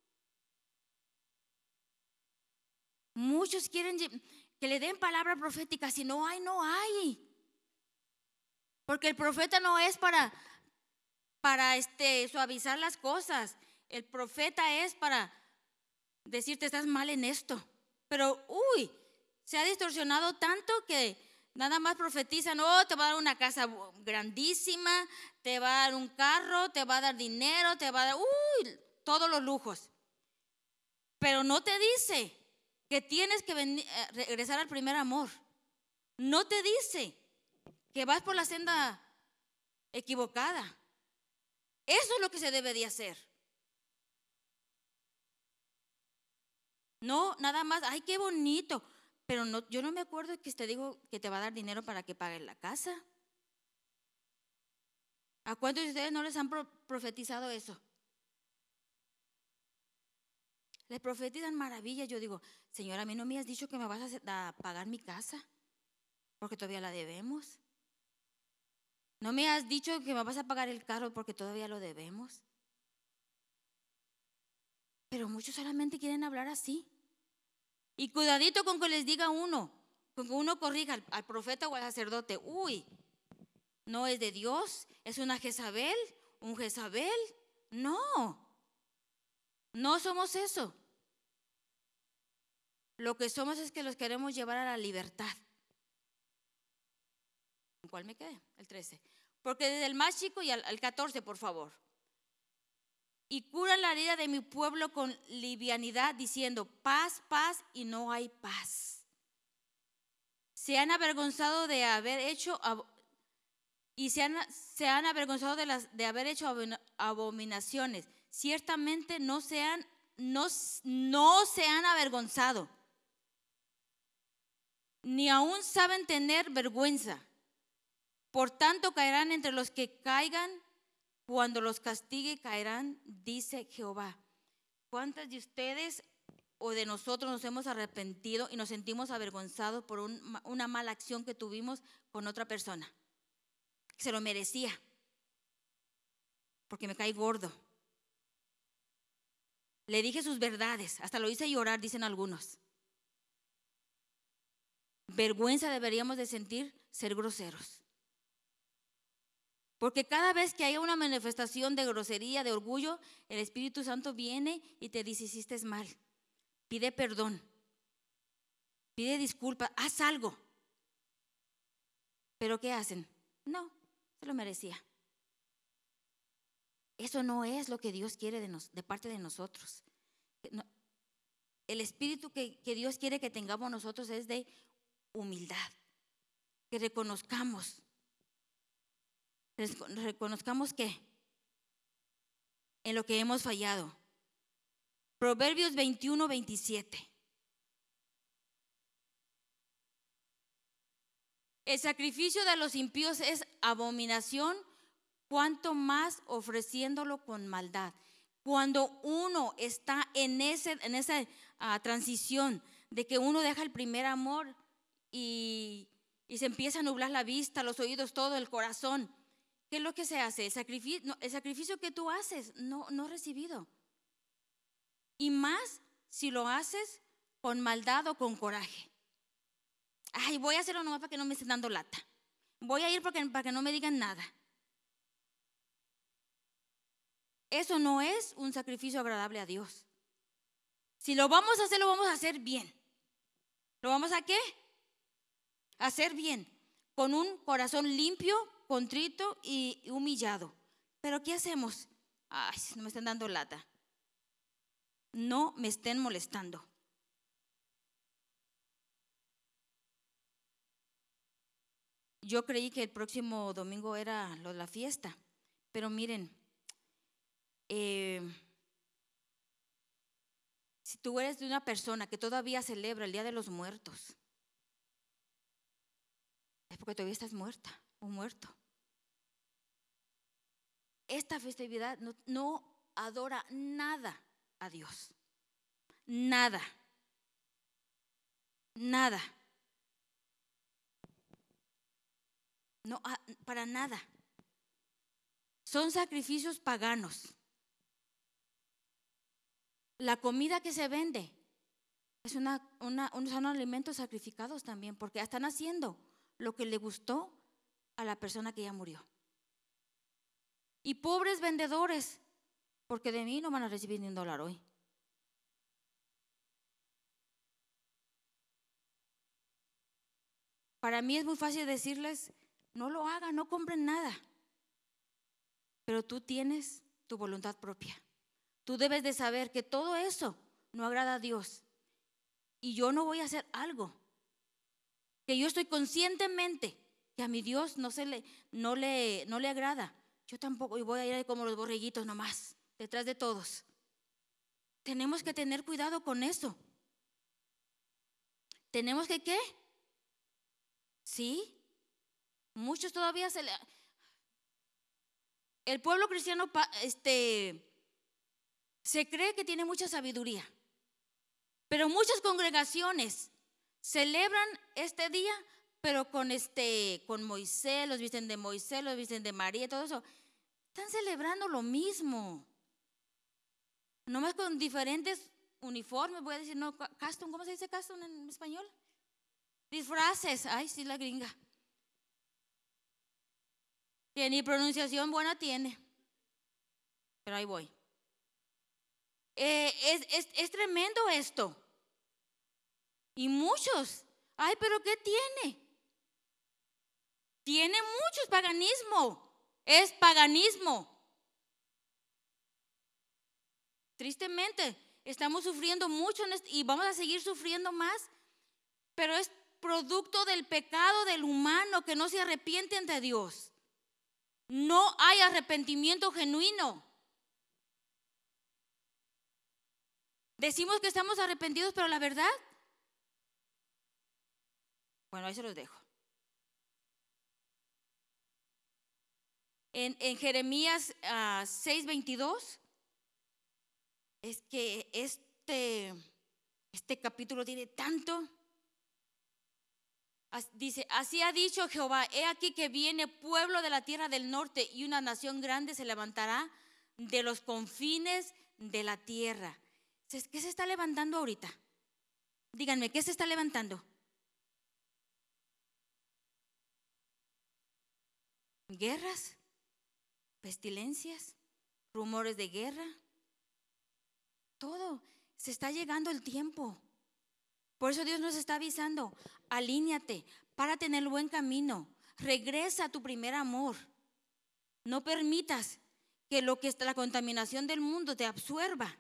Muchos quieren que le den palabra profética, si no hay, no hay. Porque el profeta no es para, para este, suavizar las cosas. El profeta es para decirte estás mal en esto. Pero, uy, se ha distorsionado tanto que nada más profetizan, oh, te va a dar una casa grandísima, te va a dar un carro, te va a dar dinero, te va a dar, uy, todos los lujos. Pero no te dice que tienes que venir, regresar al primer amor. No te dice que vas por la senda equivocada. Eso es lo que se debe de hacer. No, nada más, ay, qué bonito. Pero no, yo no me acuerdo que te digo que te va a dar dinero para que pagues la casa. ¿A cuántos de ustedes no les han profetizado eso? Les profetizan maravillas. Yo digo, Señor, a mí no me has dicho que me vas a pagar mi casa, porque todavía la debemos. No me has dicho que me vas a pagar el carro, porque todavía lo debemos. Pero muchos solamente quieren hablar así. Y cuidadito con que les diga uno, con que uno corrija al, al profeta o al sacerdote. Uy, no es de Dios, es una Jezabel, un Jezabel. No, no somos eso. Lo que somos es que los queremos llevar a la libertad. ¿En cuál me quedé? El trece. Porque desde el más chico y al, al catorce, por favor. Y curan la herida de mi pueblo con livianidad, diciendo paz, paz, y no hay paz. Se han avergonzado de haber hecho y se han, se han avergonzado de, las, de haber hecho abominaciones. Ciertamente no se han, no, no se han avergonzado, ni aún saben tener vergüenza. Por tanto caerán entre los que caigan, cuando los castigue caerán, dice Jehová. ¿Cuántas de ustedes o de nosotros nos hemos arrepentido y nos sentimos avergonzados por un, una mala acción que tuvimos con otra persona? Se lo merecía, porque me cae gordo. Le dije sus verdades, hasta lo hice llorar, dicen algunos. Vergüenza deberíamos de sentir ser groseros. Porque cada vez que haya una manifestación de grosería, de orgullo, el Espíritu Santo viene y te dice, hiciste mal. Pide perdón. Pide disculpas. Haz algo. ¿Pero qué hacen? No, se lo merecía. Eso no es lo que Dios quiere de, nos, de parte de nosotros. No, el espíritu que, que Dios quiere que tengamos nosotros es de humildad. Que reconozcamos. Reconozcamos que en lo que hemos fallado. Proverbios veintiuno, veintisiete. El sacrificio de los impíos es abominación, cuanto más ofreciéndolo con maldad. Cuando uno está en, ese, en esa uh, transición de que uno deja el primer amor y, y se empieza a nublar la vista, los oídos, todo, el corazón, ¿qué es lo que se hace? El sacrificio, no, el sacrificio que tú haces no, no recibido. Y más si lo haces con maldad o con coraje. Ay, voy a hacerlo nomás para que no me estén dando lata. Voy a ir porque, para que no me digan nada. Eso no es un sacrificio agradable a Dios. Si lo vamos a hacer, lo vamos a hacer bien. ¿Lo vamos a qué? Hacer bien. Con un corazón limpio, contrito y humillado. ¿Pero qué hacemos? Ay, no me están dando lata. No me estén molestando. Yo creí que el próximo domingo era lo de la fiesta, pero miren, eh, si tú eres de una persona que todavía celebra el Día de los Muertos, es porque todavía estás muerta o muerto. Esta festividad no, no adora nada a Dios, nada, nada. No, para nada. Son sacrificios paganos. La comida que se vende es una, una, son alimentos sacrificados también, porque están haciendo lo que le gustó a la persona que ya murió. Y pobres vendedores, porque de mí no van a recibir ni un dólar hoy. Para mí es muy fácil decirles, no lo hagan, no compren nada. Pero tú tienes tu voluntad propia. Tú debes de saber que todo eso no agrada a Dios. Y yo no voy a hacer algo que yo estoy conscientemente que a mi Dios no, se le, no, le, no le agrada. Yo tampoco, y voy a ir como los borreguitos nomás, detrás de todos. Tenemos que tener cuidado con eso. ¿Tenemos que qué? Sí. Muchos todavía se le... El pueblo cristiano este, se cree que tiene mucha sabiduría, pero muchas congregaciones celebran este día, pero con, este, con Moisés, los visten de Moisés, los visten de María, todo eso. Están celebrando lo mismo, nomás con diferentes uniformes. Voy a decir, no, custom, ¿cómo se dice custom en español? Disfraces, ay, sí, la gringa. Que ni pronunciación buena tiene, pero ahí voy. Eh, es, es, es tremendo esto. Y muchos, ay, pero ¿qué tiene? Tiene muchos paganismo, es paganismo. Tristemente, estamos sufriendo mucho en este, y vamos a seguir sufriendo más, pero es producto del pecado del humano que no se arrepiente ante Dios. No hay arrepentimiento genuino. Decimos que estamos arrepentidos, pero la verdad, bueno, ahí se los dejo. En, en Jeremías uh, seis veintidós, es que este, este capítulo tiene tanto. Dice, así ha dicho Jehová, he aquí que viene pueblo de la tierra del norte y una nación grande se levantará de los confines de la tierra. ¿Qué se está levantando ahorita? Díganme, ¿qué se está levantando? Guerras, pestilencias, rumores de guerra, todo. Se está llegando el tiempo. Por eso Dios nos está avisando, alíñate, párate en el buen camino, regresa a tu primer amor. No permitas que lo que está la contaminación del mundo te absorba.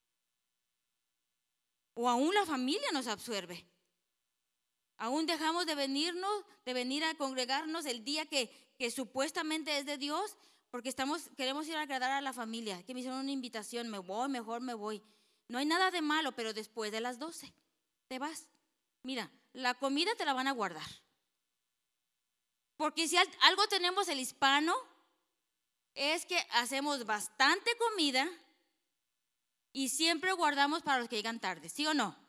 O aún la familia nos absorbe. Aún dejamos de venirnos, de venir a congregarnos el día que, que supuestamente es de Dios, porque estamos, queremos ir a agradar a la familia, que me hicieron una invitación, me voy, mejor me voy. No hay nada de malo, pero después de las doce te vas. Mira, la comida te la van a guardar. Porque si algo tenemos el hispano, es que hacemos bastante comida y siempre guardamos para los que llegan tarde, ¿sí o no?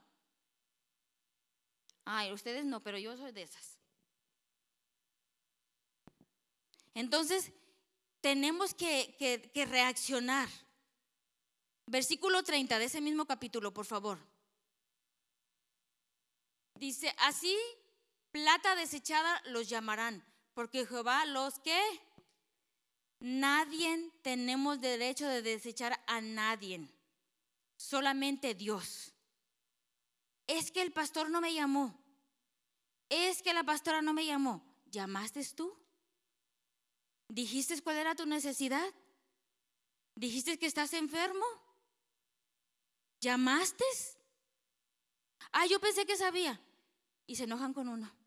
Ay, ustedes no, pero yo soy de esas. Entonces, tenemos que, que, que reaccionar. Versículo treinta de ese mismo capítulo, por favor. Dice, así plata desechada los llamarán, porque Jehová los que nadie tenemos derecho de desechar a nadie, solamente Dios. Es que el pastor no me llamó, es que la pastora no me llamó. ¿Llamaste tú? ¿Dijiste cuál era tu necesidad? ¿Dijiste que estás enfermo? ¿Llamaste? Ah, yo pensé que sabía. Y se enojan con uno.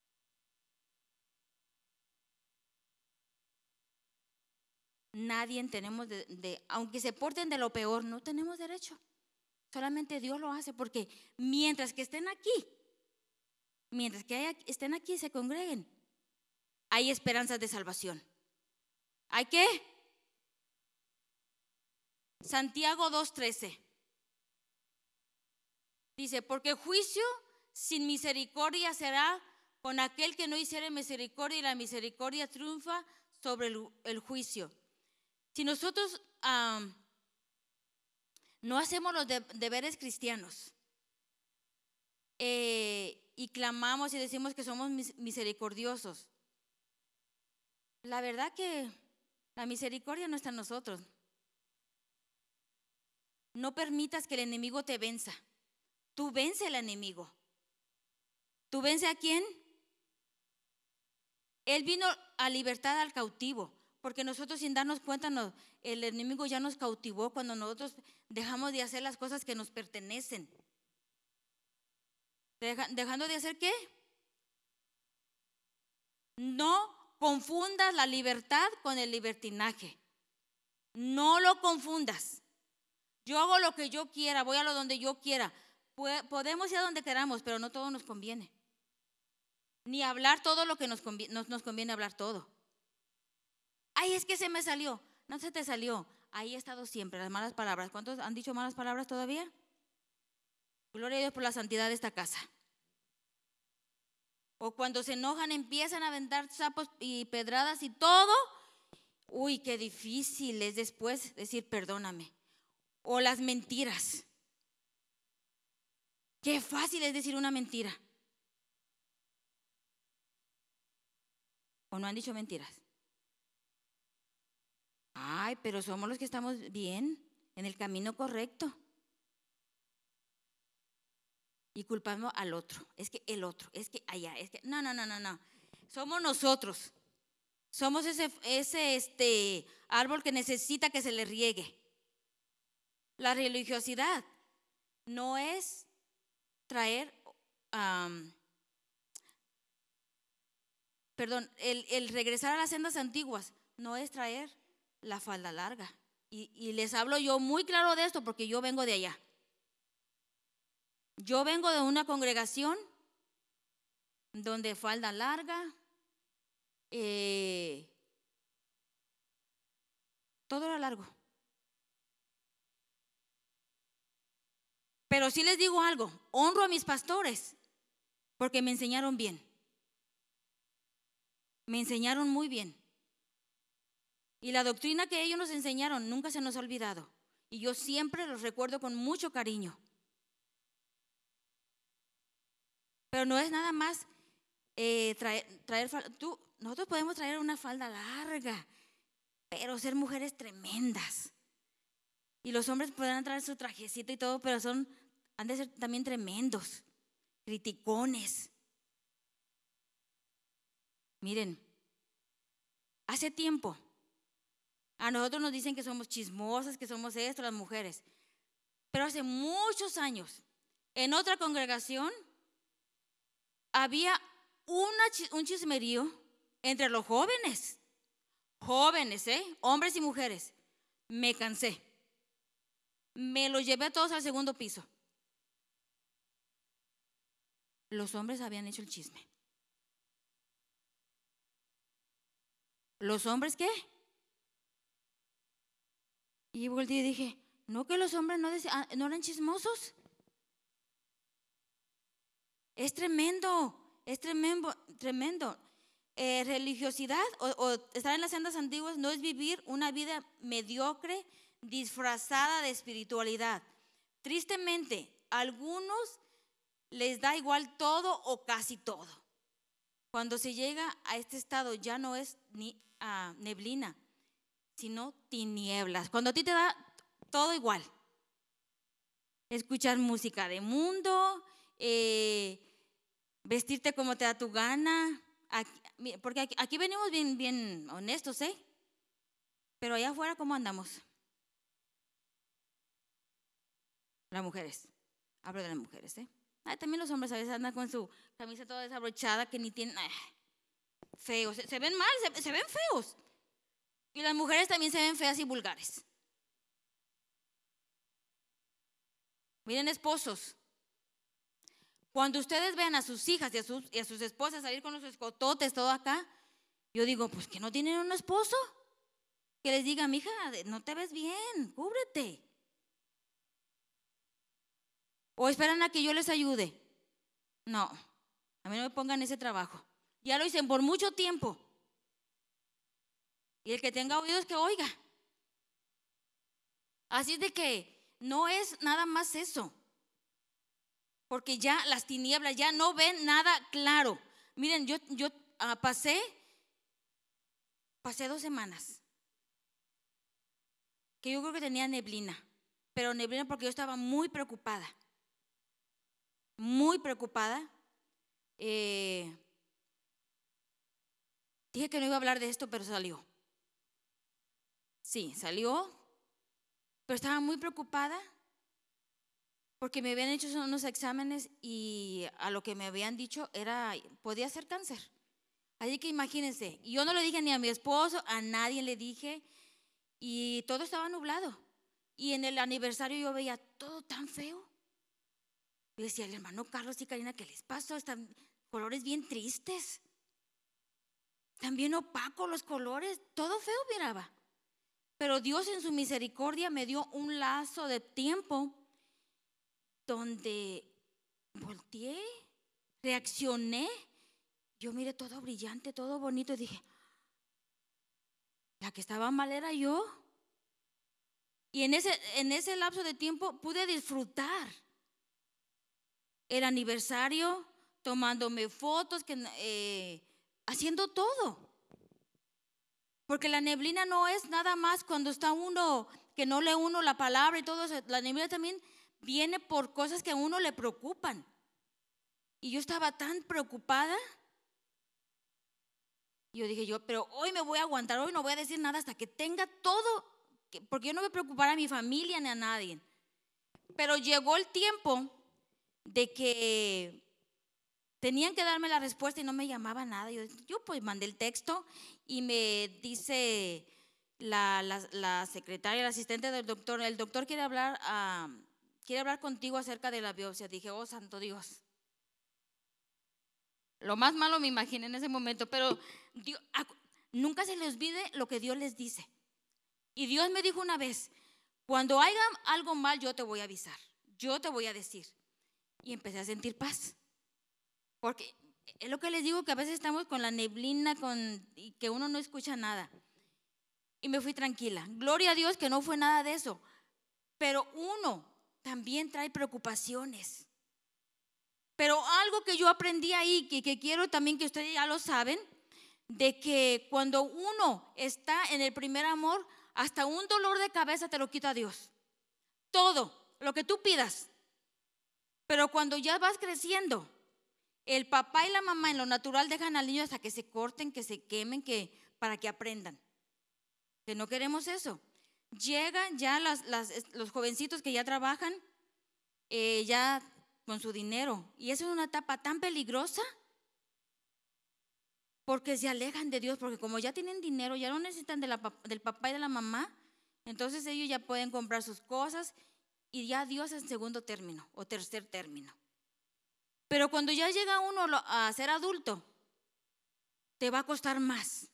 Nadie tenemos de, de, aunque se porten de lo peor, no tenemos derecho. Solamente Dios lo hace, porque mientras que estén aquí, mientras que haya, estén aquí y se congreguen, hay esperanzas de salvación. ¿Hay qué? Santiago dos trece. Dice, porque juicio sin misericordia será con aquel que no hiciere misericordia, y la misericordia triunfa sobre el, el juicio. Si nosotros um, no hacemos los de, deberes cristianos eh, y clamamos y decimos que somos misericordiosos, la verdad que la misericordia no está en nosotros. No permitas que el enemigo te venza. Tú vence al enemigo. ¿Tú vence a quién? Él vino a libertar al cautivo, porque nosotros sin darnos cuenta no, el enemigo ya nos cautivó cuando nosotros dejamos de hacer las cosas que nos pertenecen. Deja, ¿Dejando de hacer qué? No confundas la libertad con el libertinaje. No lo confundas. Yo hago lo que yo quiera, voy a lo donde yo quiera. Podemos ir a donde queramos, pero no todo nos conviene. Ni hablar todo lo que nos conviene, nos, nos conviene hablar todo. Ay, es que se me salió. No se te salió. Ahí ha estado siempre, las malas palabras. ¿Cuántos han dicho malas palabras todavía? Gloria a Dios por la santidad de esta casa. O cuando se enojan empiezan a aventar sapos y pedradas y todo. Uy, qué difícil es después decir perdóname. O las mentiras. Qué fácil es decir una mentira. ¿O no han dicho mentiras? Ay, pero somos los que estamos bien, en el camino correcto. Y culpamos al otro. Es que el otro, es que allá, es que no, no, no, no, no. Somos nosotros. Somos ese, ese este, árbol que necesita que se le riegue. La religiosidad no es traer, um, perdón, el, el regresar a las sendas antiguas no es traer la falda larga. Y, y les hablo yo muy claro de esto porque yo vengo de allá. Yo vengo de una congregación donde falda larga, eh, todo era largo. Pero sí les digo algo, honro a mis pastores porque me enseñaron bien. Me enseñaron muy bien. Y la doctrina que ellos nos enseñaron nunca se nos ha olvidado. Y yo siempre los recuerdo con mucho cariño. Pero no es nada más eh, traer, traer tú, nosotros podemos traer una falda larga, pero ser mujeres tremendas. Y los hombres podrán traer su trajecito y todo, pero son, han de ser también tremendos, criticones. Miren, hace tiempo a nosotros nos dicen que somos chismosas, que somos esto, las mujeres. Pero hace muchos años, en otra congregación, había una, un chismerío entre los jóvenes. Jóvenes, ¿eh? Hombres y mujeres. Me cansé. Me los llevé a todos al segundo piso. Los hombres habían hecho el chisme. ¿Los hombres qué? Y volteé y dije, ¿no que los hombres no, decían, no eran chismosos? Es tremendo, es tremendo, tremendo. Eh, religiosidad o, o estar en las sendas antiguas no es vivir una vida mediocre, disfrazada de espiritualidad. Tristemente, a algunos les da igual todo o casi todo. Cuando se llega a este estado ya no es ni uh, neblina, sino tinieblas. Cuando a ti te da todo igual. Escuchar música de mundo, eh, vestirte como te da tu gana. Aquí, porque aquí, aquí venimos bien, bien honestos, ¿eh? Pero allá afuera, ¿cómo andamos? Las mujeres. Hablo de las mujeres, ¿eh? Ah, también los hombres a veces andan con su camisa toda desabrochada que ni tienen. Ah, feos. Se, se ven mal, se, se ven feos. Y las mujeres también se ven feas y vulgares. Miren, esposos. Cuando ustedes vean a sus hijas y a sus, y a sus esposas salir con los escototes, todo acá, yo digo, pues que no tienen un esposo. Que les diga, mija, no te ves bien, cúbrete. O esperan a que yo les ayude. No, a mí no me pongan ese trabajo. Ya lo hice por mucho tiempo. Y el que tenga oídos que oiga. Así es de que no es nada más eso. Porque ya las tinieblas ya no ven nada claro. Miren, yo, yo uh, pasé, pasé dos semanas. Que yo creo que tenía neblina. Pero neblina porque yo estaba muy preocupada. Muy preocupada. Eh, dije que no iba a hablar de esto, pero salió. Sí, salió. Pero estaba muy preocupada. Porque me habían hecho unos exámenes y a lo que me habían dicho era, podía ser cáncer. Así que imagínense, yo no le dije ni a mi esposo, a nadie le dije, y todo estaba nublado. Y en el aniversario yo veía todo tan feo. Yo decía, el hermano Carlos y Karina, ¿qué les pasó? Están colores bien tristes. También opacos los colores, todo feo miraba. Pero Dios en su misericordia me dio un lazo de tiempo donde volteé, reaccioné. Yo miré todo brillante, todo bonito y dije, la que estaba mal era yo. Y en ese, en ese lapso de tiempo pude disfrutar el aniversario, tomándome fotos, que, eh, haciendo todo. Porque la neblina no es nada más cuando está uno, que no lee uno la palabra y todo eso. La neblina también viene por cosas que a uno le preocupan. Y yo estaba tan preocupada. Y yo dije yo, pero hoy me voy a aguantar, hoy no voy a decir nada hasta que tenga todo, porque yo no voy a preocupar a mi familia ni a nadie. Pero llegó el tiempo de que tenían que darme la respuesta y no me llamaba nada. Yo, yo pues mandé el texto y me dice la, la, la secretaria, la asistente del doctor, el doctor quiere hablar, uh, quiere hablar contigo acerca de la biopsia. Dije, oh santo Dios. Lo más malo me imaginé en ese momento, pero Dios, nunca se les olvide lo que Dios les dice. Y Dios me dijo una vez, cuando haya algo mal yo te voy a avisar, yo te voy a decir. Y empecé a sentir paz. Porque es lo que les digo, que a veces estamos con la neblina, con, y que uno no escucha nada. Y me fui tranquila. Gloria a Dios que no fue nada de eso. Pero uno también trae preocupaciones. Pero algo que yo aprendí ahí, que, que quiero también que ustedes ya lo saben, de que cuando uno está en el primer amor, hasta un dolor de cabeza te lo quita Dios. Todo, lo que tú pidas. Pero cuando ya vas creciendo, el papá y la mamá en lo natural dejan al niño hasta que se corten, que se quemen, que, para que aprendan. Que no queremos eso. Llegan ya las, las, los jovencitos que ya trabajan, eh, ya con su dinero. Y eso es una etapa tan peligrosa porque se alejan de Dios, porque como ya tienen dinero, ya no necesitan de la, del papá y de la mamá, entonces ellos ya pueden comprar sus cosas y ya Dios en segundo término o tercer término. Pero cuando ya llega uno a ser adulto, te va a costar más.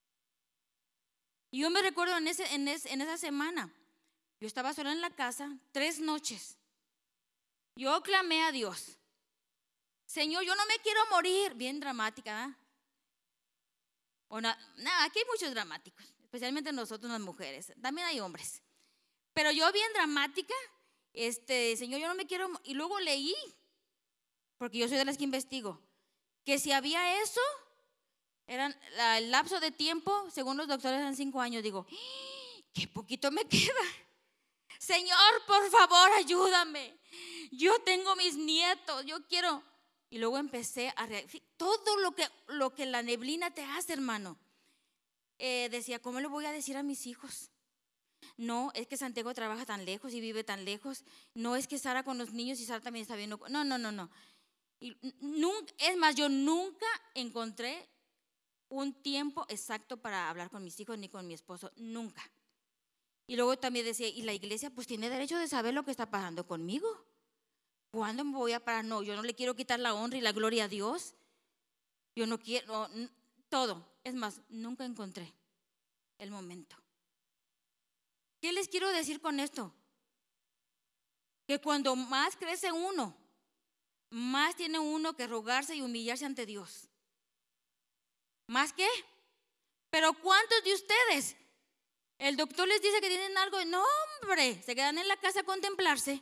Y yo me recuerdo en, ese, en, ese, en esa semana, yo estaba sola en la casa, tres noches. Yo clamé a Dios, Señor, yo no me quiero morir. Bien dramática, ¿eh? O na, na, aquí hay muchos dramáticos, especialmente nosotros las mujeres, también hay hombres. Pero yo bien dramática, este, Señor, yo no me quiero. Y luego leí, porque yo soy de las que investigo, que si había eso, eran, el lapso de tiempo, según los doctores, eran cinco años. Digo, qué poquito me queda. Señor, por favor, ayúdame. Yo tengo mis nietos, yo quiero. Y luego empecé a reaccionar. Todo lo que, lo que la neblina te hace, hermano. Eh, decía, ¿cómo le voy a decir a mis hijos? No, es que Santiago trabaja tan lejos y vive tan lejos. No, es que Sara con los niños y Sara también está viendo. No, no, no, no. Y nunca, es más, yo nunca encontré un tiempo exacto para hablar con mis hijos ni con mi esposo. Nunca. Y luego también decía, y la iglesia pues tiene derecho de saber lo que está pasando conmigo. ¿Cuándo me voy a parar? No, yo no le quiero quitar la honra y la gloria a Dios. Yo no quiero, no, todo. Es más, nunca encontré el momento. ¿Qué les quiero decir con esto? Que cuando más crece uno, más tiene uno que rogarse y humillarse ante Dios. ¿Más qué? Pero ¿cuántos de ustedes? El doctor les dice que tienen algo. No, hombre, se quedan en la casa a contemplarse.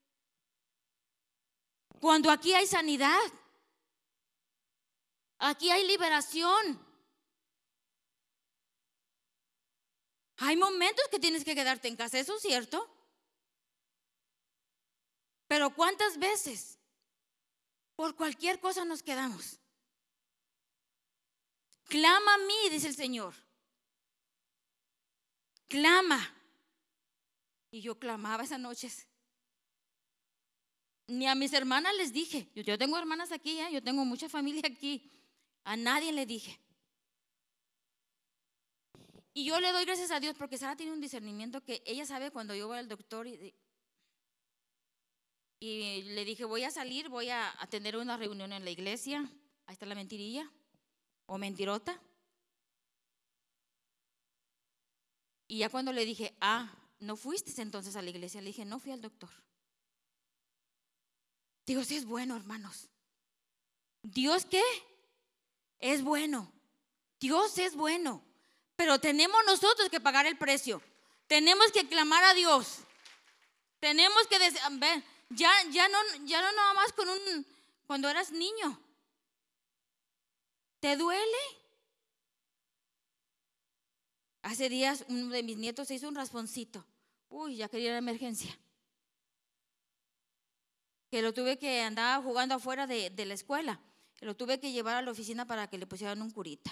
Cuando aquí hay sanidad, aquí hay liberación. Hay momentos que tienes que quedarte en casa, eso es cierto. Pero ¿cuántas veces por cualquier cosa nos quedamos? Clama a mí, dice el Señor. Clama. Y yo clamaba esas noches. Ni a mis hermanas les dije. Yo, yo tengo hermanas aquí, ¿eh? Yo tengo mucha familia aquí. A nadie le dije. Y yo le doy gracias a Dios porque Sara tiene un discernimiento que ella sabe cuando yo voy al doctor y, y le dije, voy a salir, voy a, a tener una reunión en la iglesia. Ahí está la mentirilla o mentirota. Y ya cuando le dije, ah, ¿no fuiste entonces a la iglesia? Le dije, no fui al doctor. Digo, sí es bueno, hermanos. ¿Dios qué? Es bueno. Dios es bueno. Pero tenemos nosotros que pagar el precio. Tenemos que clamar a Dios. Tenemos que decir, ver, ya, ya no, ya no nada más con un, cuando eras niño. ¿Te duele? Hace días uno de mis nietos se hizo un rasponcito. Uy, ya quería la emergencia. Que lo tuve que andar jugando afuera de, de la escuela. Que lo tuve que llevar a la oficina para que le pusieran un curita.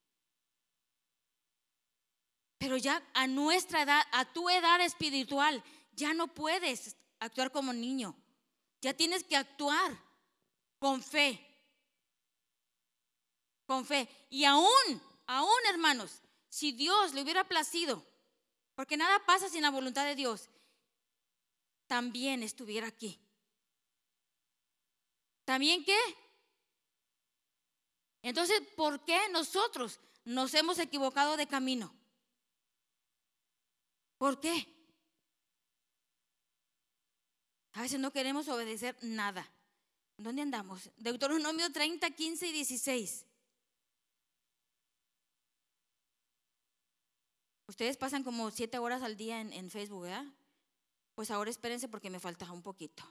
Pero ya a nuestra edad, a tu edad espiritual, ya no puedes actuar como niño. Ya tienes que actuar con fe. Con fe. Y aún, aún hermanos, si Dios le hubiera placido, porque nada pasa sin la voluntad de Dios, también estuviera aquí. ¿También qué? Entonces, ¿por qué nosotros nos hemos equivocado de camino? ¿Por qué? A veces no queremos obedecer nada. ¿Dónde andamos? Deuteronomio treinta, quince y dieciséis. Ustedes pasan como siete horas al día en, en Facebook, ¿verdad? Pues ahora espérense porque me falta un poquito.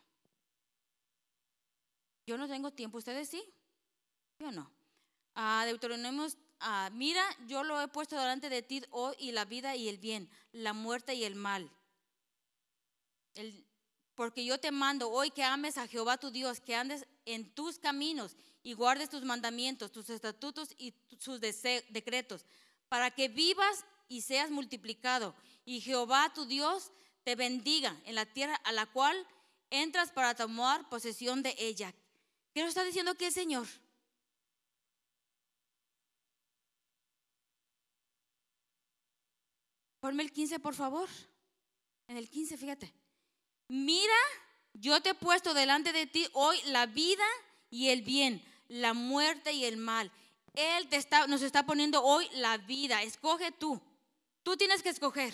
Yo no tengo tiempo, ¿ustedes sí? Yo no. Ah, Deuteronomio, ah, mira, yo lo he puesto delante de ti hoy y la vida y el bien, la muerte y el mal. El, porque yo te mando hoy que ames a Jehová tu Dios, que andes en tus caminos y guardes tus mandamientos, tus estatutos y sus decretos, para que vivas y seas multiplicado. Y Jehová tu Dios te bendiga en la tierra a la cual entras para tomar posesión de ella. ¿Qué nos está diciendo aquí el Señor? Ponme el quince, por favor. En el quince, fíjate. Mira, yo te he puesto delante de ti hoy la vida y el bien, la muerte y el mal. Él te está, nos está poniendo hoy la vida. Escoge tú. Tú tienes que escoger.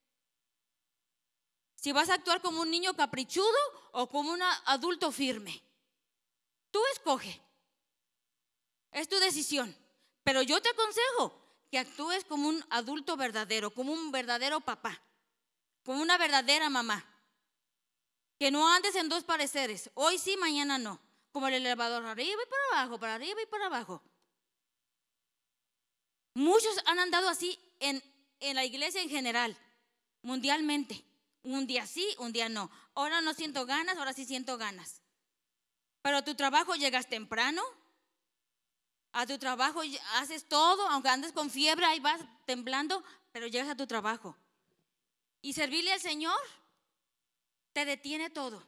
Si vas a actuar como un niño caprichudo o como un adulto firme. Tú escoge. Es tu decisión. Pero yo te aconsejo que actúes como un adulto verdadero, como un verdadero papá, como una verdadera mamá. Que no andes en dos pareceres. Hoy sí, mañana no. Como el elevador, arriba y para abajo, para arriba y para abajo. Muchos han andado así en, en la iglesia en general, mundialmente. Un día sí, un día no. Ahora no siento ganas, ahora sí siento ganas. Pero a tu trabajo llegas temprano. A tu trabajo haces todo, aunque andes con fiebre, ahí vas temblando, pero llegas a tu trabajo. Y servirle al Señor te detiene todo.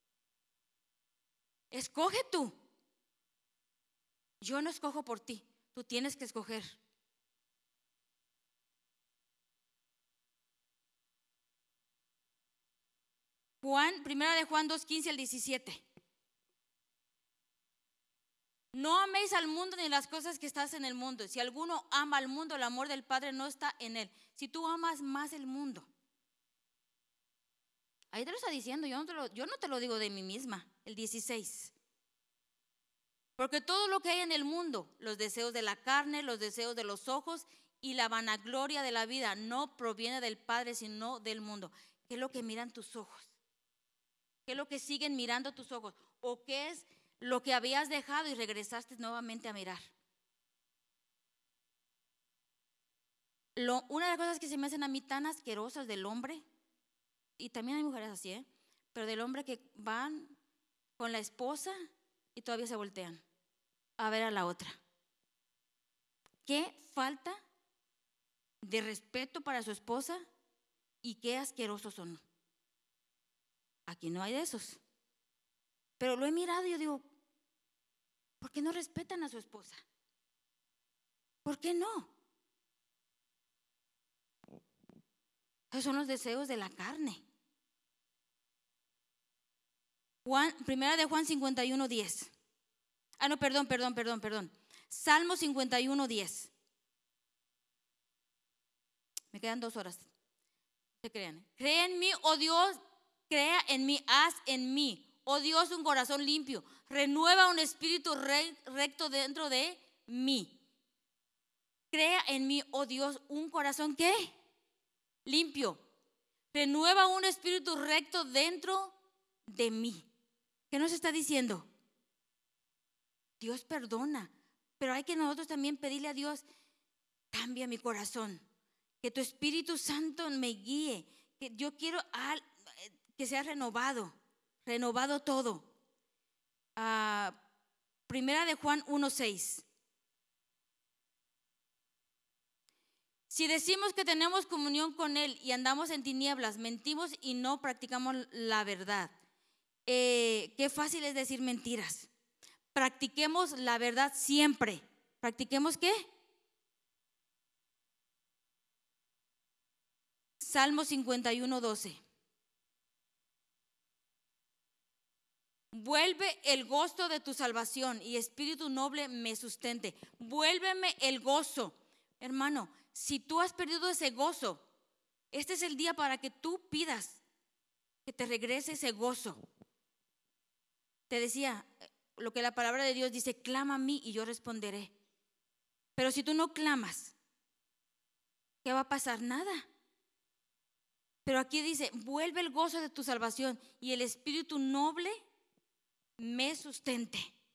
Escoge tú. Yo no escojo por ti, tú tienes que escoger. Juan, primera de Juan dos, quince al diecisiete. No améis al mundo ni las cosas que estás en el mundo. Si alguno ama al mundo, el amor del Padre no está en él. Si tú amas más el mundo. Ahí te lo está diciendo, yo no te lo, yo no te lo digo de mí misma. El dieciséis. Porque todo lo que hay en el mundo, los deseos de la carne, los deseos de los ojos y la vanagloria de la vida, no proviene del Padre, sino del mundo. ¿Qué es lo que miran tus ojos? ¿Qué es lo que siguen mirando tus ojos? ¿O qué es lo que habías dejado y regresaste nuevamente a mirar? Lo, una de las cosas que se me hacen a mí tan asquerosas del hombre, y también hay mujeres así, ¿eh? Pero del hombre que van con la esposa y todavía se voltean a ver a la otra. Qué falta de respeto para su esposa y qué asquerosos son. Aquí no hay de esos. Pero lo he mirado y yo digo, ¿por qué no respetan a su esposa? ¿Por qué no? Esos son los deseos de la carne. Juan, primera de Juan cincuenta y uno, diez. Ah, no, perdón, perdón, perdón, perdón. Salmo cincuenta y uno, diez. Me quedan dos horas. Se crean. Cree en mí, oh Dios, crea en mí, haz en mí, oh Dios, un corazón limpio. Renueva un espíritu re- recto dentro de mí. Crea en mí, oh Dios, un corazón ¿qué? Limpio. Renueva un espíritu recto dentro de mí. ¿Qué nos está diciendo? Dios perdona, pero hay que nosotros también pedirle a Dios, cambia mi corazón, que tu Espíritu Santo me guíe, que yo quiero al, que sea renovado, renovado todo. Ah, primera de Juan uno seis. Si decimos que tenemos comunión con Él y andamos en tinieblas, mentimos y no practicamos la verdad. Eh, qué fácil es decir mentiras. Practiquemos la verdad siempre. ¿Practiquemos qué? Salmo cincuenta y uno doce. Vuelve el gozo de tu salvación y espíritu noble me sustente. Vuélveme el gozo. Hermano, si tú has perdido ese gozo, este es el día para que tú pidas que te regrese ese gozo. Te decía lo que la palabra de Dios dice, clama a mí y yo responderé. Pero si tú no clamas, ¿qué va a pasar? Nada. Pero aquí dice, vuelve el gozo de tu salvación y el espíritu noble me sustente.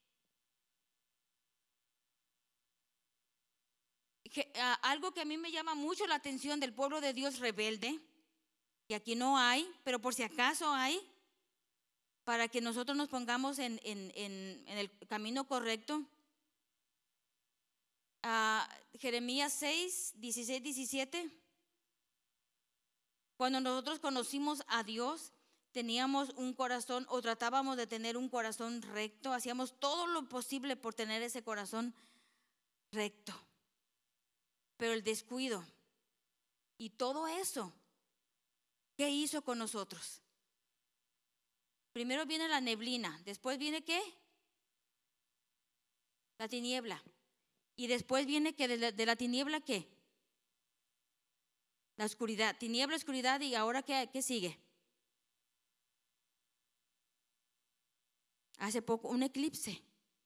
Que, uh, algo que a mí me llama mucho la atención del pueblo de Dios rebelde, y aquí no hay, pero por si acaso hay, para que nosotros nos pongamos en, en, en, en el camino correcto. Uh, Jeremías seis, dieciséis, diecisiete. Cuando nosotros conocimos a Dios, teníamos un corazón o tratábamos de tener un corazón recto, hacíamos todo lo posible por tener ese corazón recto. Pero el descuido y todo eso, ¿qué hizo con nosotros? Primero viene la neblina, después viene ¿qué? La tiniebla. Y después viene que de la, de la tiniebla ¿qué? La oscuridad, tiniebla, oscuridad, y ahora ¿qué, qué sigue? Hace poco un eclipse.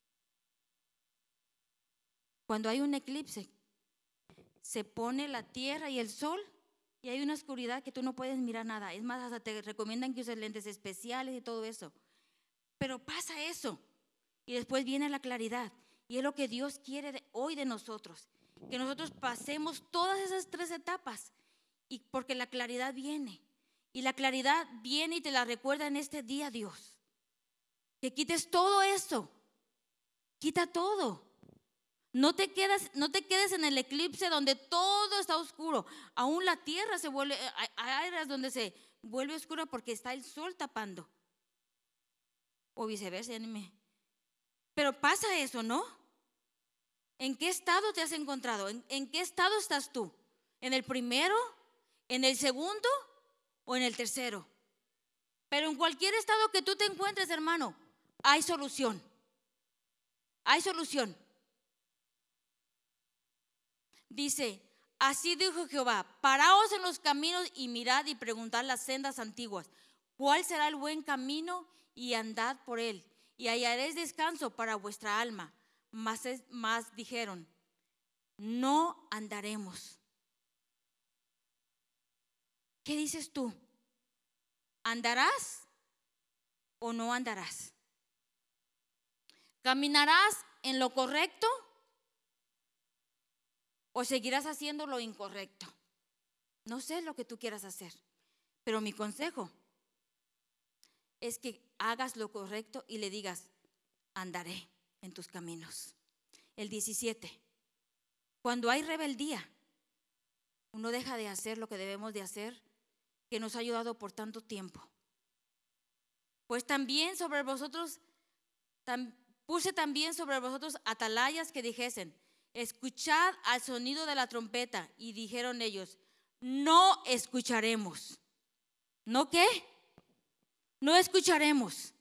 Cuando hay un eclipse, se pone la tierra y el sol y hay una oscuridad que tú no puedes mirar nada. Es más, hasta te recomiendan que uses lentes especiales y todo eso. Pero pasa eso y después viene la claridad. Y es lo que Dios quiere de, hoy de nosotros, que nosotros pasemos todas esas tres etapas, y porque la claridad viene. Y la claridad viene y te la recuerda en este día Dios. Que quites todo eso. Quita todo. No te, quedas, no te quedes en el eclipse donde todo está oscuro. Aún la tierra se vuelve, hay áreas donde se vuelve oscura porque está el sol tapando. O viceversa, anime. Pero pasa eso, ¿no? ¿En qué estado te has encontrado? ¿En, en qué estado estás tú? ¿En el primero? ¿En el segundo? ¿O en el tercero? Pero en cualquier estado que tú te encuentres, hermano, hay solución. Hay solución. Dice, así dijo Jehová, paraos en los caminos y mirad y preguntad las sendas antiguas, ¿cuál será el buen camino? Y andad por él, y hallaréis descanso para vuestra alma. Mas, más dijeron, no andaremos. ¿Qué dices tú? ¿Andarás o no andarás? ¿Caminarás en lo correcto o seguirás haciendo lo incorrecto? No sé lo que tú quieras hacer, pero mi consejo es que hagas lo correcto y le digas, andaré en tus caminos. El diecisiete, cuando hay rebeldía, uno deja de hacer lo que debemos de hacer, que nos ha ayudado por tanto tiempo. Pues también sobre vosotros, tam, puse también sobre vosotros atalayas que dijesen, escuchad al sonido de la trompeta. Y dijeron ellos, no escucharemos. ¿No qué? No escucharemos.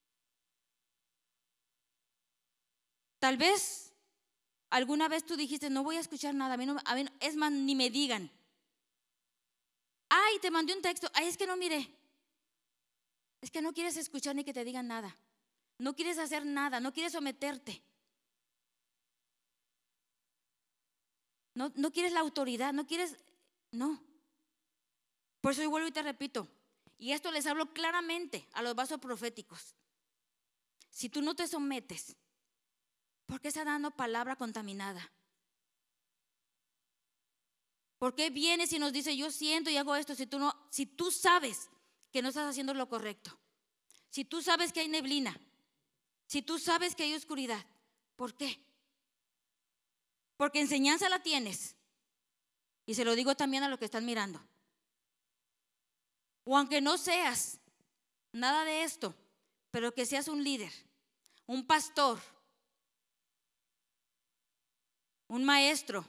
Tal vez alguna vez tú dijiste, no voy a escuchar nada, a mí no, a mí no, es más, ni me digan. Hay ay, te mandé un texto, ay, es que no miré. Es que no quieres escuchar ni que te digan nada. No quieres hacer nada, no quieres someterte. No, no quieres la autoridad, no quieres, no. Por eso yo vuelvo y te repito, y esto les hablo claramente a los vasos proféticos. Si tú no te sometes, ¿por qué estás dando palabra contaminada? ¿Por qué vienes y nos dice yo siento y hago esto si tú no, si tú sabes que no estás haciendo lo correcto? Si tú sabes que hay neblina, si tú sabes que hay oscuridad, ¿por qué? Porque enseñanza la tienes. Y se lo digo también a los que están mirando. O aunque no seas nada de esto, pero que seas un líder, un pastor, un maestro,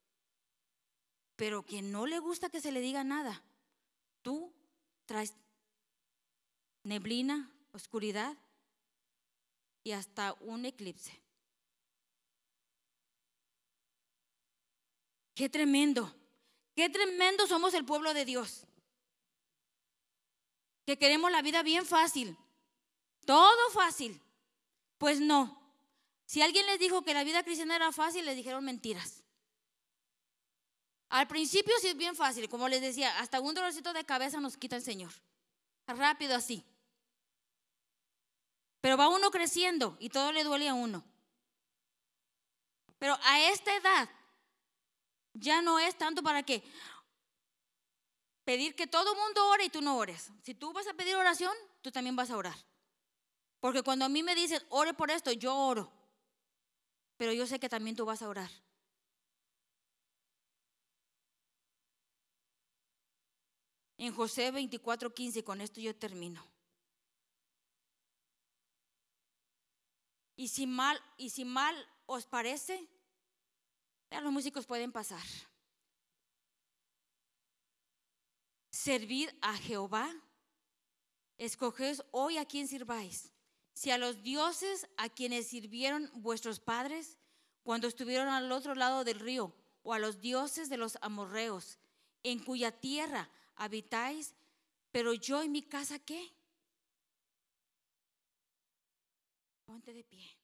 pero que no le gusta que se le diga nada. Tú traes neblina, oscuridad y hasta un eclipse. Qué tremendo, qué tremendo somos el pueblo de Dios. Que queremos la vida bien fácil, todo fácil. Pues no. Si alguien les dijo que la vida cristiana era fácil, les dijeron mentiras. Al principio sí es bien fácil, como les decía, hasta un dolorcito de cabeza nos quita el Señor. Rápido así. Pero va uno creciendo y todo le duele a uno. Pero a esta edad ya no es tanto para que pedir que todo el mundo ore y tú no ores. Si tú vas a pedir oración, tú también vas a orar. Porque cuando a mí me dicen, ore por esto, yo oro. Pero yo sé que también tú vas a orar. En Josué veinticuatro quince, con esto yo termino. Y si mal, y si mal os parece, ya los músicos pueden pasar. Servid a Jehová, escoged hoy a quién sirváis. Si a los dioses a quienes sirvieron vuestros padres cuando estuvieron al otro lado del río, o a los dioses de los amorreos, en cuya tierra habitáis, pero yo y mi casa, ¿qué? Ponte de pie.